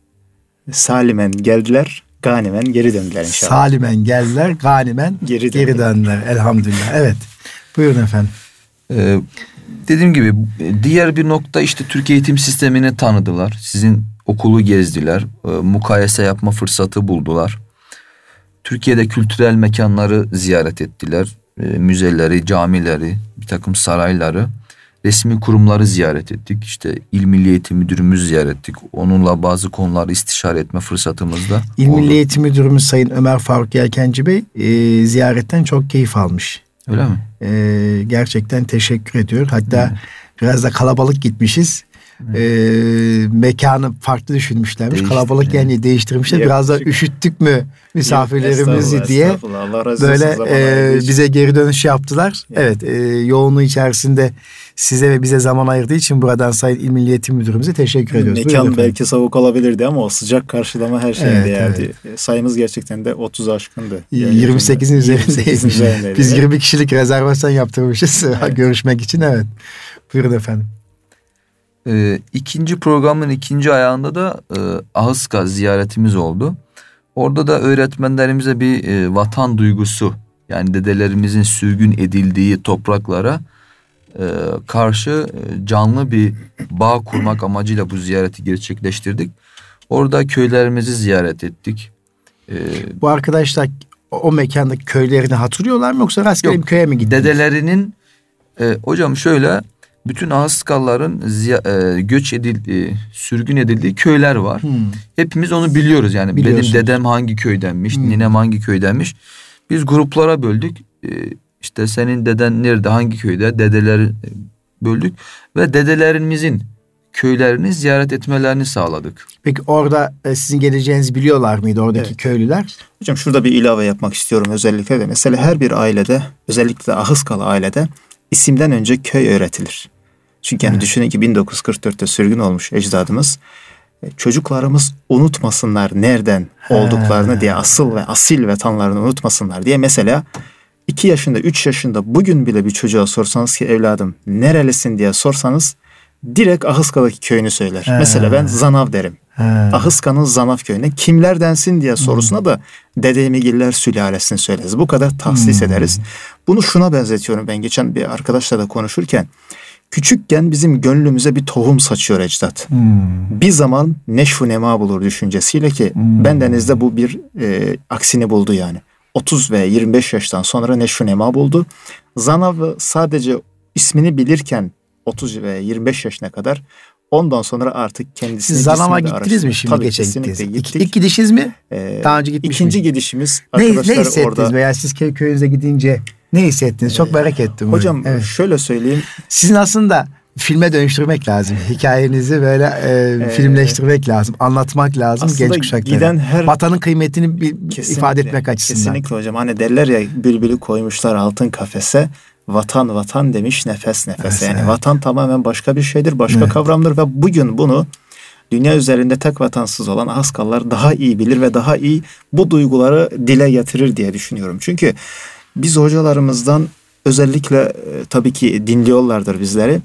salimen geldiler, ganimen geri döndüler inşallah. Salimen geldiler, ganimen geri, geri döndüler. Elhamdülillah. Evet. Buyurun efendim. Ee, dediğim gibi diğer bir nokta işte Türkiye eğitim sistemini tanıdılar. Sizin okulu gezdiler. E, mukayese yapma fırsatı buldular. Türkiye'de kültürel mekanları ziyaret ettiler. E, müzeleri, camileri, bir takım sarayları, resmi kurumları ziyaret ettik. İşte İl Milli Eğitim Müdürümüzü ziyaret ettik. Onunla bazı konuları istişare etme fırsatımız da İl Milli Eğitim Müdürümüz Sayın Ömer Faruk Yelkenci Bey e, ziyaretten çok keyif almış. Öyle mi? E, gerçekten teşekkür ediyor. Hatta evet. biraz da kalabalık gitmişiz. Evet. E, mekanı farklı düşünmüşlermiş. Değişti, kalabalık evet. yani değiştirmişler. Evet. Biraz da üşüttük mü misafirlerimizi Yok, diye böyle e, bize geri dönüş yaptılar. Evet, evet e, yoğunluğu içerisinde size ve bize zaman ayırdığı için buradan Sayın İl Milli Eğitim Müdürümüze teşekkür ediyoruz. Mekan belki soğuk olabilirdi ama o sıcak karşılama her şeye evet, değerdi. Evet. Sayımız gerçekten de otuz aşkındı. Yani yirmi sekizin üzerindeymiş. Biz yirmi kişilik rezervasyon yaptırmışız evet. görüşmek için. Evet. Buyurun efendim. Ee, ikinci programın ikinci ayağında da e, Ahıska ziyaretimiz oldu. Orada da öğretmenlerimize bir e, vatan duygusu, yani dedelerimizin sürgün edildiği topraklara e, karşı e, canlı bir bağ kurmak amacıyla bu ziyareti gerçekleştirdik. Orada köylerimizi ziyaret ettik. E, bu arkadaşlar o, o mekandaki köylerini hatırlıyorlar mı yoksa rastgele bir köye mi gittiniz? Dedelerinin e, hocam şöyle... Bütün Ahıskalıların ziya- e, göç edildiği, sürgün edildiği köyler var. Hmm. Hepimiz onu biliyoruz yani. Benim dedem hangi köydenmiş, hmm. ninem hangi köydenmiş. Biz gruplara böldük. E, işte senin deden nerede, hangi köyde, dedeleri böldük. Ve dedelerimizin köylerini ziyaret etmelerini sağladık. Peki orada e, sizin geleceğinizi biliyorlar mıydı oradaki evet. köylüler? Hocam şurada bir ilave yapmak istiyorum özellikle de. Mesela her bir ailede, özellikle de Ahıskalı ailede isimden önce köy öğretilir. Çünkü yani evet. düşünün ki bin dokuz yüz kırk dörtte sürgün olmuş ecdadımız. Çocuklarımız unutmasınlar nereden He. olduklarını diye, asıl ve asil vatanlarını unutmasınlar diye. Mesela iki yaşında, üç yaşında bugün bile bir çocuğa sorsanız ki evladım nerelisin diye sorsanız direkt Ahıska'daki köyünü söyler. He. Mesela ben Zanav derim. He. Ahıska'nın Zanav köyüne. Kimlerdensin diye sorusuna hmm. da Dedemigiller sülalesini söyleriz. Bu kadar tahsis hmm. ederiz. Bunu şuna benzetiyorum ben geçen bir arkadaşla da konuşurken. Küçükken bizim gönlümüze bir tohum saçıyor ecdat. Hmm. Bir zaman neşvu nema bulur düşüncesiyle ki hmm. bendenizde bu bir e, aksini buldu yani. otuz ve yirmi beş yaştan sonra neşvu nema buldu. Zanav'ı sadece ismini bilirken otuz ve yirmi beş yaşına kadar, ondan sonra artık kendisini... Siz Zanav'a gittiniz mi şimdi? Tabii, geçen gittiniz. İlk, ilk gidişiniz mi? Ee, Daha önce gitmiş İkinci mi? gidişimiz ne, arkadaşlar ne hissettiniz orada... veya siz köyünüze gidince ne hissettiniz? Çok merak ettim. Hocam evet. şöyle söyleyeyim. Sizin aslında filme dönüştürmek lazım. Hikayenizi böyle e, ee, filmleştirmek lazım. Anlatmak lazım genç kuşaklara. Her... Vatanın kıymetini bir ifade etmek açısından. Kesinlikle hocam. Hani derler ya, bülbülü koymuşlar altın kafese. Vatan vatan demiş nefes nefese. Evet, yani evet. vatan tamamen başka bir şeydir. Başka evet. kavramdır ve bugün bunu dünya üzerinde tek vatansız olan Ahıskalılar daha iyi bilir ve daha iyi bu duyguları dile getirir diye düşünüyorum. Çünkü biz hocalarımızdan özellikle e, tabii ki dinliyorlardır bizleri.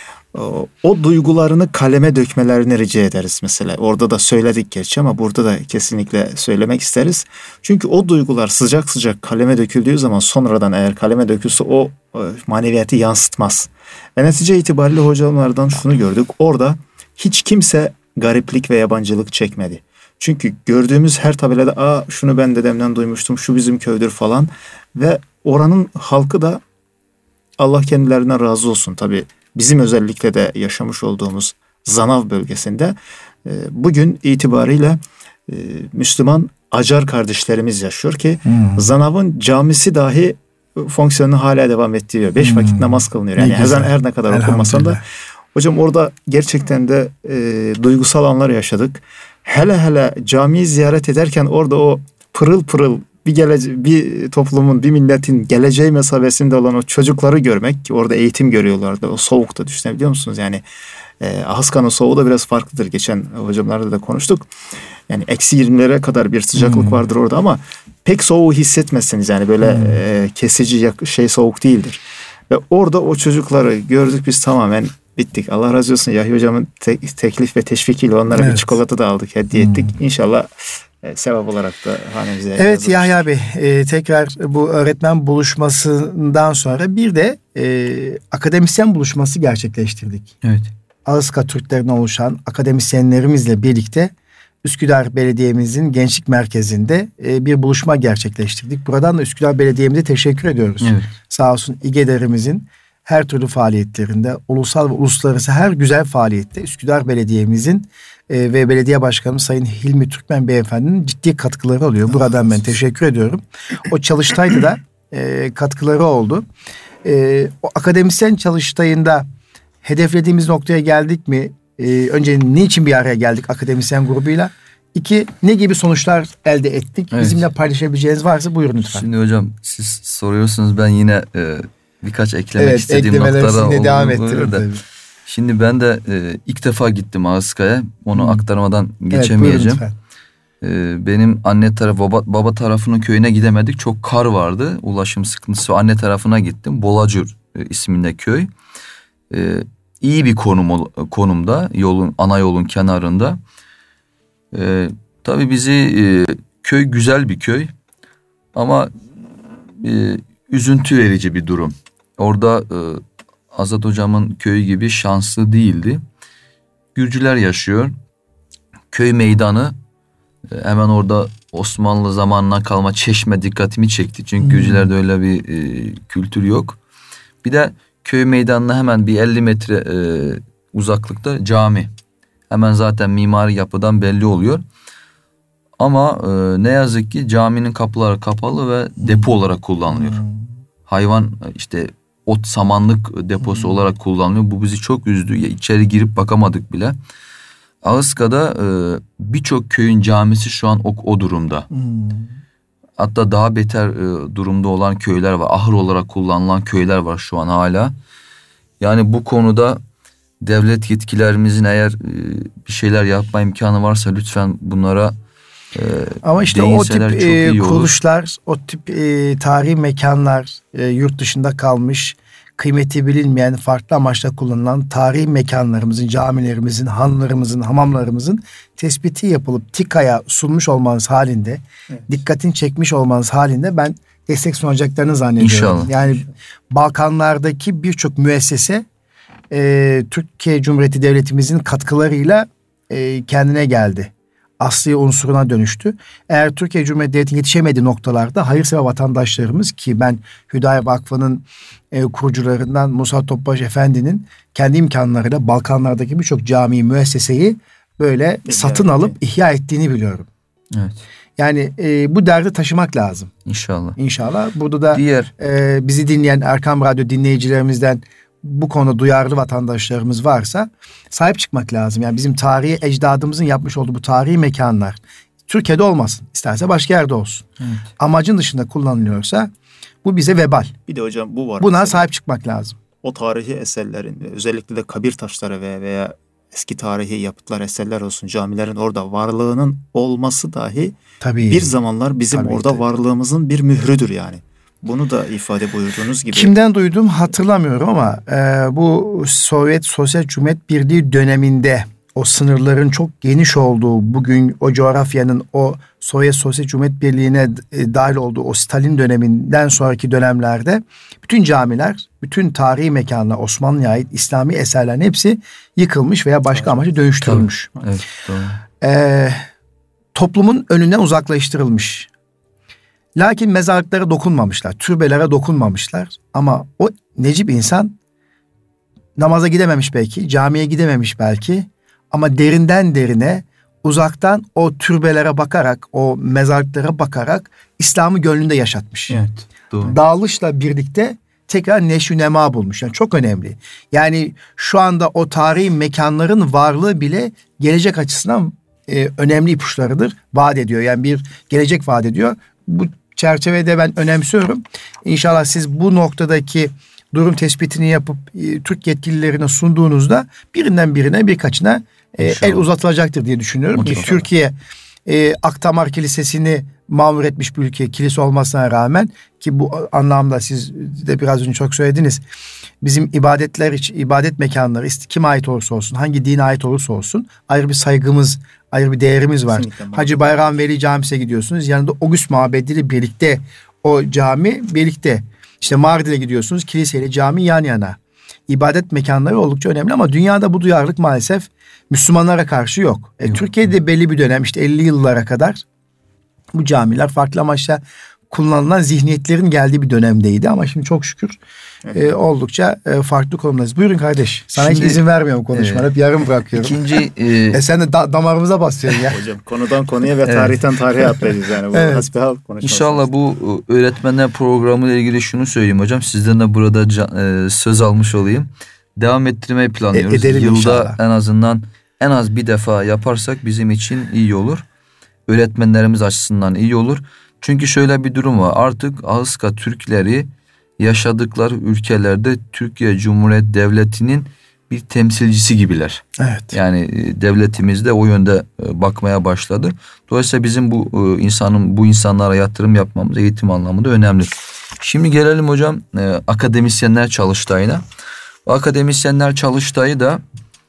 O, o duygularını kaleme dökmelerini rica ederiz mesela. Orada da söyledik gerçi ama burada da kesinlikle söylemek isteriz. Çünkü o duygular sıcak sıcak kaleme döküldüğü zaman, sonradan eğer kaleme dökülse o e, maneviyatı yansıtmaz. Ve netice itibariyle hocalardan şunu gördük. Orada hiç kimse gariplik ve yabancılık çekmedi. Çünkü gördüğümüz her tabelada aa şunu ben dedemden duymuştum, şu bizim köydür falan ve oranın halkı da Allah kendilerinden razı olsun. Tabii bizim özellikle de yaşamış olduğumuz Zanav bölgesinde e, bugün itibariyle e, Müslüman Acar kardeşlerimiz yaşıyor ki hmm. Zanav'ın camisi dahi fonksiyonunu hala devam ettiriyor. Beş hmm. vakit namaz kılınıyor. Yani ezan her ne kadar okunmasa da. Hocam orada gerçekten de e, duygusal anlar yaşadık. Hele hele camiyi ziyaret ederken orada o pırıl pırıl bir gelece bir toplumun, bir milletin geleceği mesabesinde olan o çocukları görmek, orada eğitim görüyorlardı. O soğukta düşünebiliyor musunuz? Yani e, Ahıska'nın soğuğu da biraz farklıdır. Geçen hocamlarla da konuştuk. Yani eksi yirmilere kadar bir sıcaklık hmm. vardır orada ama pek soğuğu hissetmezsiniz. Yani böyle hmm. e, kesici şey soğuk değildir. Ve orada o çocukları gördük biz, tamamen bittik. Allah razı olsun Yahya hocamın te- teklif ve teşvikiyle onlara evet. bir çikolata da aldık, hediye hmm. ettik. İnşallah e, sevap olarak da hanemize. Evet Yahya Bey, e, tekrar bu öğretmen buluşmasından sonra bir de e, akademisyen buluşması gerçekleştirdik. Evet. Ahıska Türklerinden oluşan akademisyenlerimizle birlikte Üsküdar Belediye'mizin gençlik merkezinde e, bir buluşma gerçekleştirdik. Buradan da Üsküdar Belediye'mize teşekkür ediyoruz. Evet. Sağ olsun İGEDER'imizin her türlü faaliyetlerinde, ulusal ve uluslararası her güzel faaliyette Üsküdar Belediye'mizin e, ve belediye başkanımız Sayın Hilmi Türkmen Beyefendinin ciddi katkıları oluyor. Buradan ben teşekkür ediyorum. O çalıştayda da e, katkıları oldu. E, o akademisyen çalıştayında hedeflediğimiz noktaya geldik mi? Ee, önce niçin bir araya geldik akademisyen grubuyla? İki, ne gibi sonuçlar elde ettik? Evet. Bizimle paylaşabileceğiniz varsa buyurun lütfen. Şimdi hocam siz soruyorsunuz, ben yine e, birkaç eklemek evet, istediğim noktalar oldu. Devam ettirin tabii. Şimdi ben de e, ilk defa gittim Ahıska'ya. Onu hmm. aktarmadan geçemeyeceğim. Evet, e, benim anne tarafı, baba, baba tarafının köyüne gidemedik. Çok kar vardı. Ulaşım sıkıntısı. Anne tarafına gittim. Bolacur e, isminde köy. E, iyi bir konum konumda, yolun ana yolun kenarında. E, tabii bizi e, köy güzel bir köy ama e, üzüntü verici bir durum. Orada e, Azat hocamın köyü gibi şanslı değildi. Gürcüler yaşıyor. Köy meydanı e, hemen orada Osmanlı zamanına kalma çeşme dikkatimi çekti. Çünkü hmm. Gürcülerde öyle bir e, kültür yok. Bir de köy meydanına hemen bir elli metre e, uzaklıkta cami. Hemen zaten mimari yapıdan belli oluyor. Ama e, ne yazık ki caminin kapıları kapalı ve depo olarak kullanılıyor. Hmm. Hayvan işte ot samanlık deposu hmm. olarak kullanılıyor. Bu bizi çok üzdü. İçeri girip bakamadık bile. Ahıska'da e, birçok köyün camisi şu an o, o durumda. Hmm. Hatta daha beter e, durumda olan köyler var. Ahır olarak kullanılan köyler var şu an hala. Yani bu konuda devlet yetkilerimizin eğer e, bir şeyler yapma imkanı varsa lütfen bunlara e, ama işte o tip e, kuruluşlar, o tip e, tarihi mekanlar, e, yurt dışında kalmış, kıymeti bilinmeyen, farklı amaçla kullanılan tarihi mekanlarımızın, camilerimizin, hanlarımızın, hamamlarımızın tespiti yapılıp TİKA'ya sunmuş olmanız halinde, evet. dikkatini çekmiş olmanız halinde ben destek sunacaklarını zannediyorum. İnşallah. Yani İnşallah. Balkanlardaki birçok müessese e, Türkiye Cumhuriyeti Devletimizin katkılarıyla e, kendine geldi. Asli unsuruna dönüştü. Eğer Türkiye Cumhuriyeti Devleti'nin yetişemediği noktalarda hayırsever vatandaşlarımız, ki ben Hüdayi Vakfı'nın e, kurucularından Musa Topbaş Efendi'nin kendi imkanlarıyla Balkanlardaki birçok cami müesseseyi böyle ihya satın etti. alıp ihya ettiğini biliyorum. Evet. Yani e, bu derdi taşımak lazım. İnşallah. İnşallah. Burada da Diğer... e, bizi dinleyen Erkam Radyo dinleyicilerimizden bu konuda duyarlı vatandaşlarımız varsa sahip çıkmak lazım. Yani bizim tarihi ecdadımızın yapmış olduğu bu tarihi mekanlar Türkiye'de olmasın. İsterse başka yerde olsun. Evet. Amacın dışında kullanılıyorsa bu bize vebal. Bir de hocam bu var. Buna mesela sahip çıkmak lazım. O tarihi eserlerin, özellikle de kabir taşları veya, veya eski tarihi yapıtlar, eserler olsun, camilerin orada varlığının olması dahi tabii, bir zamanlar bizim tabii, orada tabii. varlığımızın bir mührüdür yani. Bunu da ifade buyurduğunuz gibi. Kimden duydum hatırlamıyorum ama e, bu Sovyet Sosyal Cumhuriyet Birliği döneminde o sınırların çok geniş olduğu, bugün o coğrafyanın o Sovyet Sosyal Cumhuriyet Birliği'ne e, dahil olduğu o Stalin döneminden sonraki dönemlerde bütün camiler, bütün tarihi mekanlar, Osmanlı'ya ait İslami eserlerin hepsi yıkılmış veya başka amaçla dönüştürülmüş. Evet, doğru. Ee, toplumun önünden uzaklaştırılmış. Lakin mezarlıklara dokunmamışlar, türbelere dokunmamışlar. Ama o necip insan namaza gidememiş belki, camiye gidememiş belki. Ama derinden derine, uzaktan o türbelere bakarak, o mezarlıklara bakarak İslam'ı gönlünde yaşatmış. Evet, doğru. Dağılışla birlikte tekrar neşü nema bulmuş. Yani çok önemli. Yani şu anda o tarihi mekanların varlığı bile gelecek açısından e, önemli ipuçlarıdır. Vaat ediyor. Yani bir gelecek vaat ediyor. Bu çerçevede ben önemsiyorum. İnşallah siz bu noktadaki durum tespitini yapıp e, Türk yetkililerine sunduğunuzda birinden birine birkaçına e, el uzatılacaktır diye düşünüyorum. Ki Türkiye e, Akdamar Kilisesi'ni mamur etmiş bir ülke, kilise olmasına rağmen, ki bu anlamda siz de biraz önce çok söylediniz. Bizim ibadetler için, ibadet mekanları kime ait olursa olsun, hangi dine ait olursa olsun ayrı bir saygımız, ayrı bir değerimiz var. Kesinlikle. Hacı Bayram Veli Camisi'ne gidiyorsunuz. Yanında Ogüst Mabedi ile birlikte o cami birlikte. İşte Mardin'e gidiyorsunuz, kiliseyle cami yan yana. İbadet mekanları oldukça önemli ama dünyada bu duyarlılık maalesef Müslümanlara karşı yok. E, yok. Türkiye'de belli bir dönem, işte elli yıllara kadar bu camiler farklı amaçla kullanılan zihniyetlerin geldiği bir dönemdeydi ama şimdi çok şükür evet. e, oldukça e, farklı konumdayız. Buyurun kardeş. Sana şimdi, hiç izin vermiyorum konuşmana. E, Hep yarım bırakıyorum. İkinci e, e sen de da, damarımıza basıyorsun ya. Hocam konudan konuya ve tarihten tarihe atlayacağız yani. Bu evet. hasbihal konuşması. İnşallah bu öğretmenler programı ile ilgili şunu söyleyeyim hocam. Sizden de burada e, söz almış olayım. Devam ettirmeyi planlıyoruz. E, Yılda inşallah. En azından en az bir defa yaparsak bizim için iyi olur. Öğretmenlerimiz açısından iyi olur. Çünkü şöyle bir durum var. Artık Ahıska Türkleri yaşadıkları ülkelerde Türkiye Cumhuriyet Devleti'nin bir temsilcisi gibiler. Evet. Yani devletimiz de o yönde bakmaya başladı. Dolayısıyla bizim bu insanın bu insanlara yatırım yapmamız eğitim anlamında önemli. Şimdi gelelim hocam akademisyenler çalıştayına. O akademisyenler çalıştayı da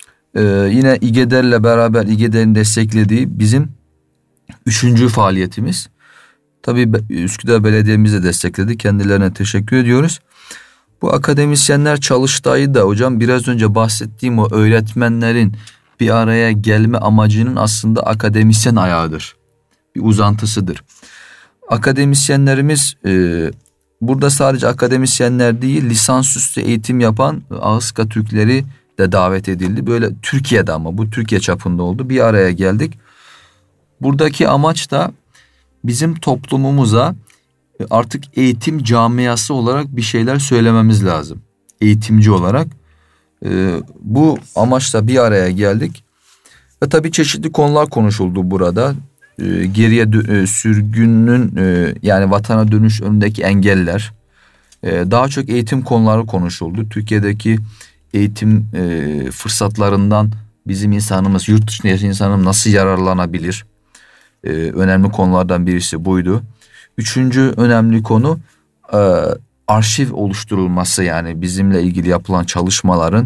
yine İGEDER'le beraber İGEDER'in desteklediği bizim üçüncü faaliyetimiz. Tabii Üsküdar Belediye'miz de destekledi. Kendilerine teşekkür ediyoruz. Bu akademisyenler çalıştayı da hocam biraz önce bahsettiğim o öğretmenlerin bir araya gelme amacının aslında akademisyen ayağıdır. Bir uzantısıdır. Akademisyenlerimiz e, burada sadece akademisyenler değil, lisansüstü eğitim yapan Ahıska Türkleri de davet edildi. Böyle Türkiye'de, ama bu Türkiye çapında oldu. Bir araya geldik. Buradaki amaç da bizim toplumumuza artık eğitim camiası olarak bir şeyler söylememiz lazım. Eğitimci olarak. Ee, bu amaçla bir araya geldik. Ve tabii çeşitli konular konuşuldu burada. Ee, geriye dö- e, sürgünün e, yani vatana dönüş önündeki engeller. Ee, daha çok eğitim konuları konuşuldu. Türkiye'deki eğitim e, fırsatlarından bizim insanımız, yurt dışında yaşayan insanım nasıl yararlanabilir? Ee, önemli konulardan birisi buydu. Üçüncü önemli konu e, arşiv oluşturulması, yani bizimle ilgili yapılan çalışmaların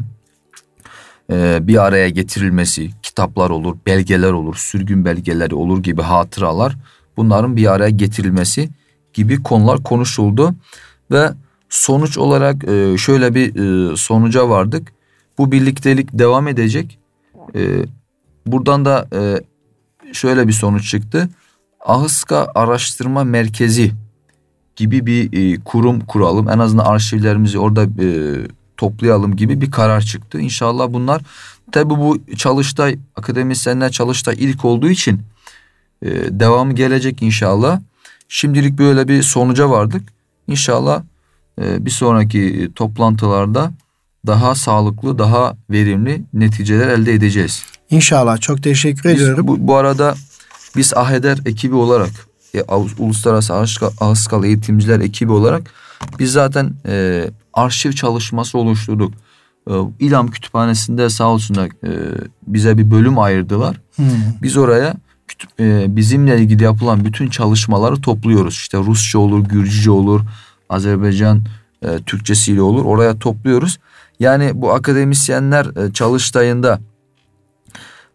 e, bir araya getirilmesi, kitaplar olur, belgeler olur, sürgün belgeleri olur gibi hatıralar, bunların bir araya getirilmesi gibi konular konuşuldu ve sonuç olarak e, şöyle bir e, sonuca vardık. Bu birliktelik devam edecek. E, buradan da e, şöyle bir sonuç çıktı. Ahıska Araştırma Merkezi gibi bir e, kurum kuralım. En azından arşivlerimizi orada e, toplayalım gibi bir karar çıktı. İnşallah bunlar, tabi bu çalıştay, akademisyenler çalıştay ilk olduğu için e, devamı gelecek inşallah. Şimdilik böyle bir sonuca vardık. İnşallah e, bir sonraki toplantılarda daha sağlıklı, daha verimli neticeler elde edeceğiz. İnşallah. Çok teşekkür Biz, ediyorum. Bu, bu arada biz AHEDER ekibi olarak, e, Uluslararası Ahıskal Eğitimciler ekibi olarak biz zaten e, arşiv çalışması oluşturduk. E, İLAM Kütüphanesi'nde sağ olsunlar e, bize bir bölüm ayırdılar. Hmm. Biz oraya kütüp, e, bizimle ilgili yapılan bütün çalışmaları topluyoruz. İşte Rusça olur, Gürcüce olur, Azerbaycan e, Türkçesiyle olur. Oraya topluyoruz. Yani bu akademisyenler e, çalıştayında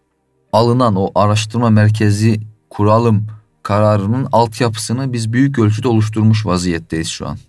alınan o araştırma merkezi kuralım kararının altyapısını biz büyük ölçüde oluşturmuş vaziyetteyiz şu an.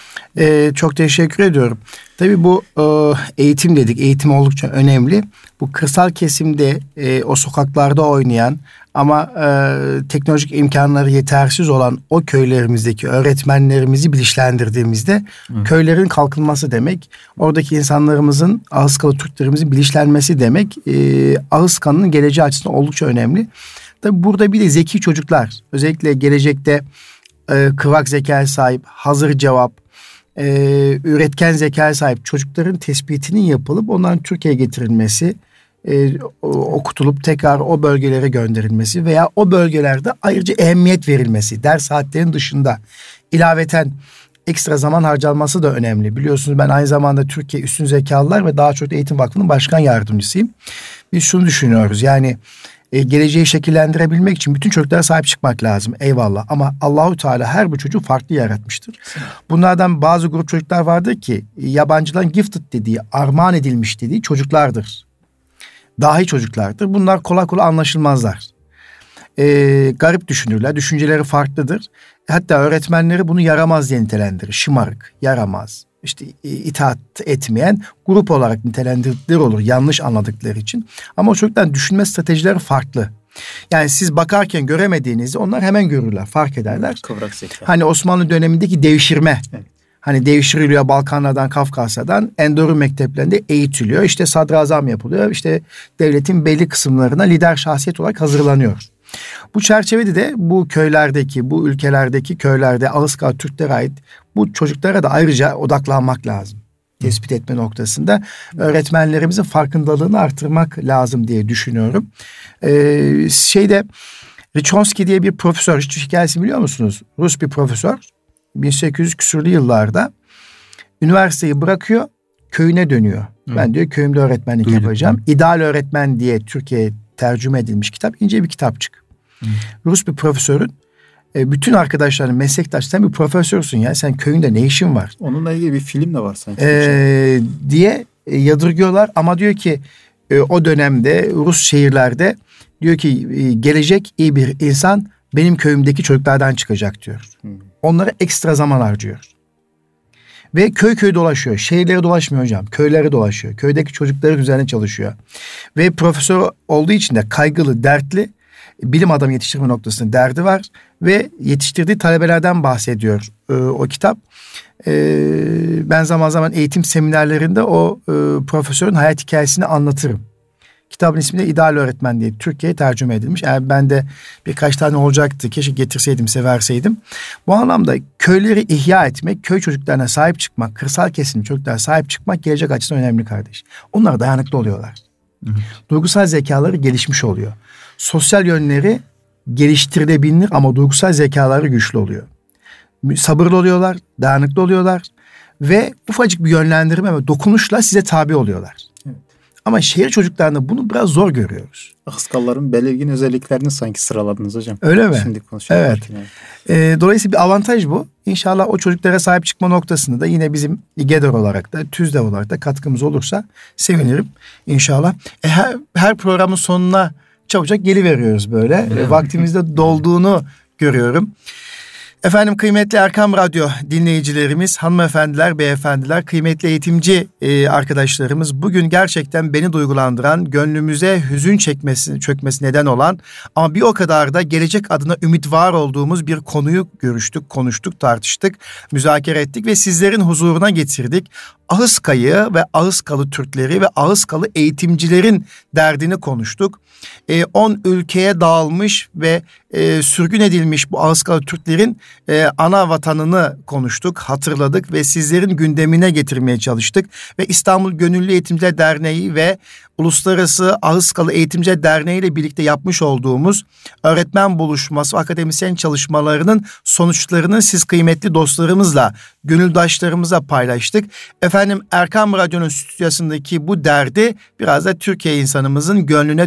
Ee, çok teşekkür ediyorum. Tabii bu e, eğitim dedik. Eğitim oldukça önemli. Bu kırsal kesimde e, o sokaklarda oynayan ama e, teknolojik imkanları yetersiz olan o köylerimizdeki öğretmenlerimizi bilinçlendirdiğimizde Hı. köylerin kalkınması demek. Oradaki insanlarımızın, Ahıskalı Türklerimizin bilinçlenmesi demek. E, Ahıskalı'nın geleceği açısından oldukça önemli. Tabii burada bir de zeki çocuklar, özellikle gelecekte e, kıvrak zekaya sahip, hazır cevap, Ee, üretken zekaya sahip çocukların tespitinin yapılıp onların Türkiye'ye getirilmesi, e, okutulup tekrar o bölgelere gönderilmesi veya o bölgelerde ayrıca ehemmiyet verilmesi, ders saatlerinin dışında ilaveten ekstra zaman harcanması da önemli. Biliyorsunuz ben aynı zamanda Türkiye Üstün Zekalılar ve Daha Çok Eğitim Vakfı'nın başkan yardımcısıyım. Biz şunu düşünüyoruz, yani e, geleceği şekillendirebilmek için bütün çocuklara sahip çıkmak lazım. Eyvallah, ama Allahu Teala her bir çocuğu farklı yaratmıştır. Bunlardan bazı grup çocuklar vardır ki yabancıların gifted dediği, armağan edilmiş dediği çocuklardır. Dahi çocuklardır. Bunlar kolay kolay anlaşılmazlar. E, garip düşünürler. Düşünceleri farklıdır. Hatta öğretmenleri bunu yaramaz diye nitelendirir. Şımarık, yaramaz, İşte itaat etmeyen grup olarak nitelendirdikleri olur yanlış anladıkları için. Ama o çocukların düşünme stratejileri farklı. Yani siz bakarken göremediğinizi onlar hemen görürler, fark ederler. Kıvrak zeka. Hani Osmanlı dönemindeki devşirme. Evet. Hani devşiriliyor Balkanlardan, Kafkasya'dan, Endorun mekteplerinde eğitiliyor. İşte sadrazam yapılıyor. İşte devletin belli kısımlarına lider şahsiyet olarak hazırlanıyor. Bu çerçevede de bu köylerdeki, bu ülkelerdeki köylerde Ahıskalı Türklere ait bu çocuklara da ayrıca odaklanmak lazım. Tespit etme noktasında öğretmenlerimizin farkındalığını artırmak lazım diye düşünüyorum. Ee, şeyde Rachonsky diye bir profesör, hiç hikayesini biliyor musunuz? Rus bir profesör. bin sekiz yüz küsürlü yıllarda üniversiteyi bırakıyor, köyüne dönüyor. Hı. Ben diyor köyümde öğretmenlik Duydum. yapacağım. İdeal Öğretmen diye Türkiye'ye tercüme edilmiş kitap, ince bir kitapçık. Hı. Rus bir profesörün e, bütün arkadaşlarının, meslektaş, sen bir profesörsün ya, sen köyünde ne işin var? Onunla ilgili bir film de var sanki. E, diye e, yadırgıyorlar ama diyor ki e, o dönemde Rus şehirlerde diyor ki e, gelecek iyi bir insan benim köyümdeki çocuklardan çıkacak diyor. Hı. Onlara ekstra zaman harcıyor. Ve köy köy dolaşıyor. Şehirleri dolaşmıyor hocam. Köyleri dolaşıyor. Köydeki çocukların üzerine çalışıyor. Ve profesör olduğu için de kaygılı, dertli, bilim adamı yetiştirme noktasında derdi var. Ve yetiştirdiği talebelerden bahsediyor e, o kitap. E, ben zaman zaman eğitim seminerlerinde o e, profesörün hayat hikayesini anlatırım. Kitabın ismi de İdeal Öğretmen diye Türkiye'ye tercüme edilmiş. Yani ben de birkaç tane olacaktı. Keşke getirseydim, severseydim. Bu anlamda köyleri ihya etmek, köy çocuklarına sahip çıkmak, kırsal kesim çocuklara sahip çıkmak gelecek açısından önemli kardeş. Onlar dayanıklı oluyorlar. Hı hı. Duygusal zekaları gelişmiş oluyor. Sosyal yönleri geliştirilebilir ama duygusal zekaları güçlü oluyor. Sabırlı oluyorlar, dayanıklı oluyorlar ve ufacık bir yönlendirme ve dokunuşla size tabi oluyorlar. Ama şehir çocuklarında bunu biraz zor görüyoruz. Ahıskalıların belirgin özelliklerini sanki sıraladınız hocam. Öyle mi? Şimdi konuşuyoruz. Evet. Yani. Ee, dolayısıyla bir avantaj bu. İnşallah o çocuklara sahip çıkma noktasında da yine bizim İGEDER olarak da, TÜZDEV olarak da katkımız olursa sevinirim inşallah. E, her, her programın sonuna çabucak geliveriyoruz böyle. E, vaktimizde dolduğunu görüyorum. Efendim kıymetli Erkam Radyo dinleyicilerimiz, hanımefendiler, beyefendiler, kıymetli eğitimci e, arkadaşlarımız, bugün gerçekten beni duygulandıran, gönlümüze hüzün çekmesi, çökmesi neden olan ama bir o kadar da gelecek adına ümit var olduğumuz bir konuyu görüştük, konuştuk, tartıştık, müzakere ettik ve sizlerin huzuruna getirdik. Ahıska'yı ve Ahıskalı Türkleri ve Ahıskalı eğitimcilerin derdini konuştuk. on e, ülkeye dağılmış ve e, sürgün edilmiş bu Ahıskalı Türklerin e, ana vatanını konuştuk, hatırladık ve sizlerin gündemine getirmeye çalıştık. Ve İstanbul Gönüllü Eğitimciler Derneği ve Uluslararası Ahıskalı Eğitimciler Derneği ile birlikte yapmış olduğumuz öğretmen buluşması, akademisyen çalışmalarının sonuçlarını siz kıymetli dostlarımızla, gönüldaşlarımıza paylaştık. Efendim Erkam Radyo'nun stüdyosundaki bu derdi biraz da Türkiye insanımızın gönlüne düşürmüş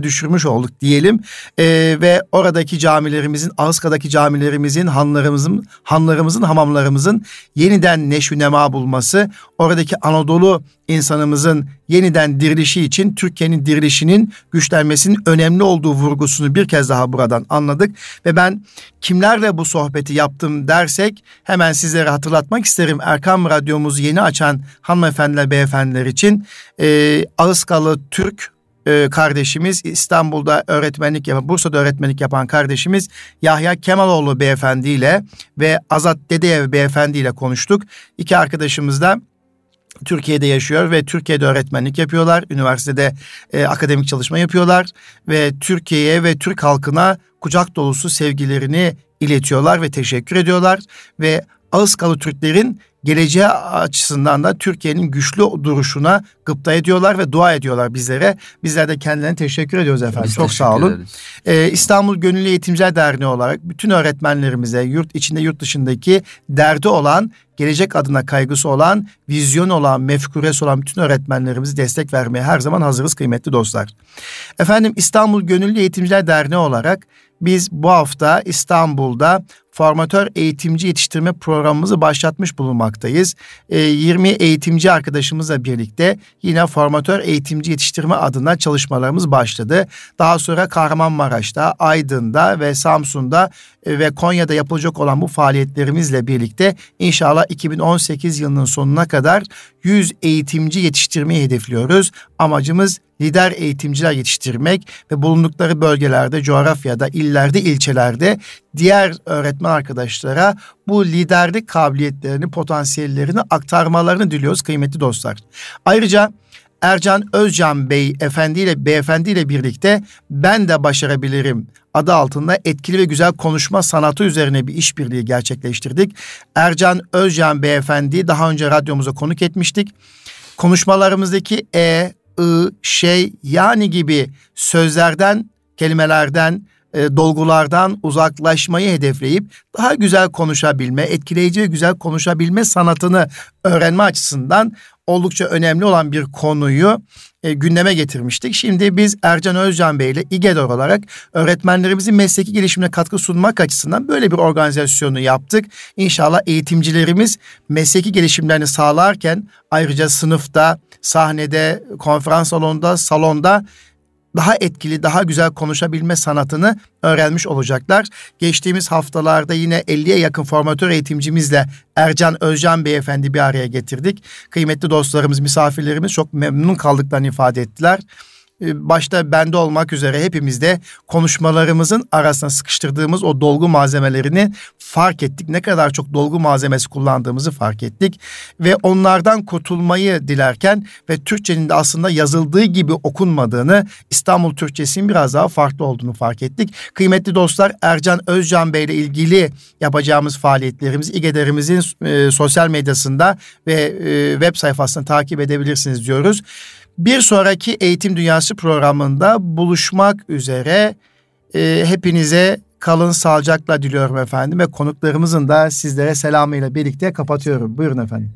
tanımış olduk diyelim. Ee, ve oradaki camilerimizin, Ağızka'daki camilerimizin, hanlarımızın, hanlarımızın, hamamlarımızın yeniden neşvi nema bulması, oradaki Anadolu insanımızın yeniden dirilişi için Türkiye'nin dirilişinin güçlenmesinin önemli olduğu vurgusunu bir kez daha buradan anladık. Ve ben kimlerle bu sohbeti yaptım dersek hemen sizlere hatırlatmak isterim. Erkam Radyomuzu yeni açan hanımefendiler, beyefendiler için e, Ağızkalı Türk e, kardeşimiz, İstanbul'da öğretmenlik yapan, Bursa'da öğretmenlik yapan kardeşimiz Yahya Kemaloğlu beyefendiyle ve Azat Dedeyev beyefendiyle konuştuk. İki arkadaşımız da Türkiye'de yaşıyor ve Türkiye'de öğretmenlik yapıyorlar. Üniversitede e, akademik çalışma yapıyorlar ve Türkiye'ye ve Türk halkına kucak dolusu sevgilerini iletiyorlar ve teşekkür ediyorlar. Ve Ağızkalı Türklerin geleceği açısından da Türkiye'nin güçlü duruşuna gıpta ediyorlar ve dua ediyorlar bizlere. Bizler de kendilerine teşekkür ediyoruz efendim. Biz çok sağ olun. Ee, İstanbul Gönüllü Eğitimciler Derneği olarak bütün öğretmenlerimize, yurt içinde yurt dışındaki derdi olan, gelecek adına kaygısı olan, vizyon olan, mefkuresi olan bütün öğretmenlerimize destek vermeye her zaman hazırız kıymetli dostlar. Efendim İstanbul Gönüllü Eğitimciler Derneği olarak biz bu hafta İstanbul'da formatör eğitimci yetiştirme programımızı başlatmış bulunmaktayız. E, yirmi eğitimci arkadaşımızla birlikte yine formatör eğitimci yetiştirme adına çalışmalarımız başladı. Daha sonra Kahramanmaraş'ta, Aydın'da ve Samsun'da e, ve Konya'da yapılacak olan bu faaliyetlerimizle birlikte inşallah iki bin on sekiz yılının sonuna kadar yüz eğitimci yetiştirmeyi hedefliyoruz. Amacımız lider eğitimciler yetiştirmek ve bulundukları bölgelerde, coğrafyada, illerde, ilçelerde diğer öğretmen arkadaşlara bu liderlik kabiliyetlerini, potansiyellerini aktarmalarını diliyoruz kıymetli dostlar. Ayrıca Ercan Özcan Bey efendi ile beyefendi ile birlikte ben de başarabilirim adı altında etkili ve güzel konuşma sanatı üzerine bir işbirliği gerçekleştirdik. Ercan Özcan beyefendi daha önce radyomuza konuk etmiştik. Konuşmalarımızdaki e, ı, şey, yani gibi sözlerden, kelimelerden, e, dolgulardan uzaklaşmayı hedefleyip daha güzel konuşabilme, etkileyici ve güzel konuşabilme sanatını öğrenme açısından oldukça önemli olan bir konuyu e, gündeme getirmiştik. Şimdi biz Ercan Özcan Bey ile İGEDER olarak öğretmenlerimizin mesleki gelişimine katkı sunmak açısından böyle bir organizasyonu yaptık. İnşallah eğitimcilerimiz mesleki gelişimlerini sağlarken ayrıca sınıfta, sahnede, konferans salonunda, salonda daha etkili, daha güzel konuşabilme sanatını öğrenmiş olacaklar. Geçtiğimiz haftalarda yine elliye yakın formatör eğitimcimizle Ercan Özcan Beyefendi bir araya getirdik. Kıymetli dostlarımız, misafirlerimiz çok memnun kaldıklarını ifade ettiler. Başta bende olmak üzere hepimiz de konuşmalarımızın arasına sıkıştırdığımız o dolgu malzemelerini fark ettik. Ne kadar çok dolgu malzemesi kullandığımızı fark ettik. Ve onlardan kurtulmayı dilerken ve Türkçenin de aslında yazıldığı gibi okunmadığını, İstanbul Türkçesinin biraz daha farklı olduğunu fark ettik. Kıymetli dostlar, Ercan Özcan Bey ile ilgili yapacağımız faaliyetlerimizi İGEDER'imizin e, sosyal medyasında ve e, web sayfasını takip edebilirsiniz diyoruz. Bir sonraki Eğitim Dünyası programında buluşmak üzere e, hepinize kalın sağlıcakla diliyorum efendim ve konuklarımızın da sizlere selamıyla birlikte kapatıyorum. Buyurun efendim.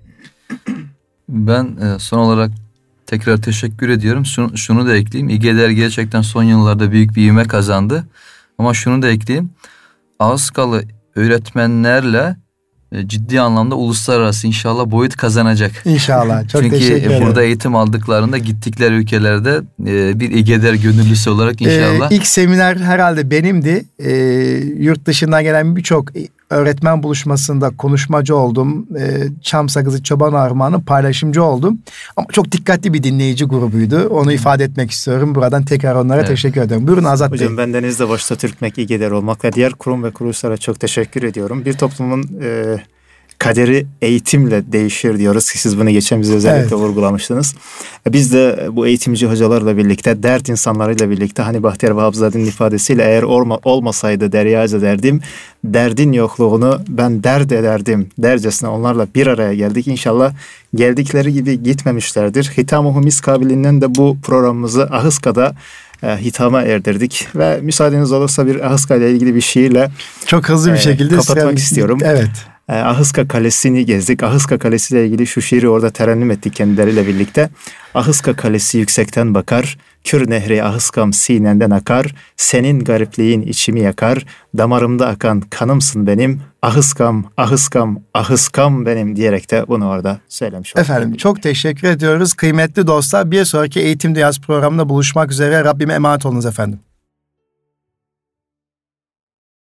Ben e, son olarak tekrar teşekkür ediyorum. Şunu, şunu da ekleyeyim. İGEDER gerçekten son yıllarda büyük bir ivme kazandı. Ama şunu da ekleyeyim. Ağızkalı öğretmenlerle ciddi anlamda uluslararası inşallah boyut kazanacak. İnşallah. Çok Çünkü teşekkür ederim. Çünkü burada eğitim aldıklarında gittikleri ülkelerde e, bir İGEDER gönüllüsü olarak inşallah. Ee, ilk seminer herhalde benimdi. Ee, yurt dışından gelen birçok öğretmen buluşmasında konuşmacı oldum. Ee, Çam Sakızı Çoban Armağanı paylaşımcı oldum. Ama çok dikkatli bir dinleyici grubuydu. Onu ifade etmek istiyorum. Buradan tekrar onlara evet. teşekkür ederim. Buyurun Azat Hocam, Bey. Hocam bendeniz de başta Türkmek İGEDER olmak ve diğer kurum ve kuruluşlara çok teşekkür ediyorum. Bir toplumun e, kaderi eğitimle değişir diyoruz ki siz bunu geçen bize özellikle evet. vurgulamıştınız. Biz de bu eğitimci hocalarla birlikte, dert insanlarıyla birlikte, hani Bahtiyar Vahapzade'nin ifadesiyle eğer olma, olmasaydı deryaca derdim, derdin yokluğunu ben dert ederdim dercesine onlarla bir araya geldik. İnşallah geldikleri gibi gitmemişlerdir. Hitam-ı Mis kabiliğinden de bu programımızı Ahıska'da e, hitama erdirdik ve müsaadeniz olursa bir Ahıska ile ilgili bir şiirle çok hızlı bir e, şekilde kapatmak sen... istiyorum. Evet. Ahıska Kalesi'ni gezdik. Ahıska Kalesi ile ilgili şu şiiri orada terennüm ettik kendileriyle birlikte. Ahıska Kalesi yüksekten bakar, Kür nehri ahıskam sinenden akar, senin garipliğin içimi yakar, damarımda akan kanımsın benim, ahıskam, ahıskam, ahıskam benim diyerek de bunu orada söylemiş oldum. Efendim çok teşekkür ediyoruz. Kıymetli dostlar, bir sonraki Eğitim Dünyası programında buluşmak üzere. Rabbime emanet olunuz efendim.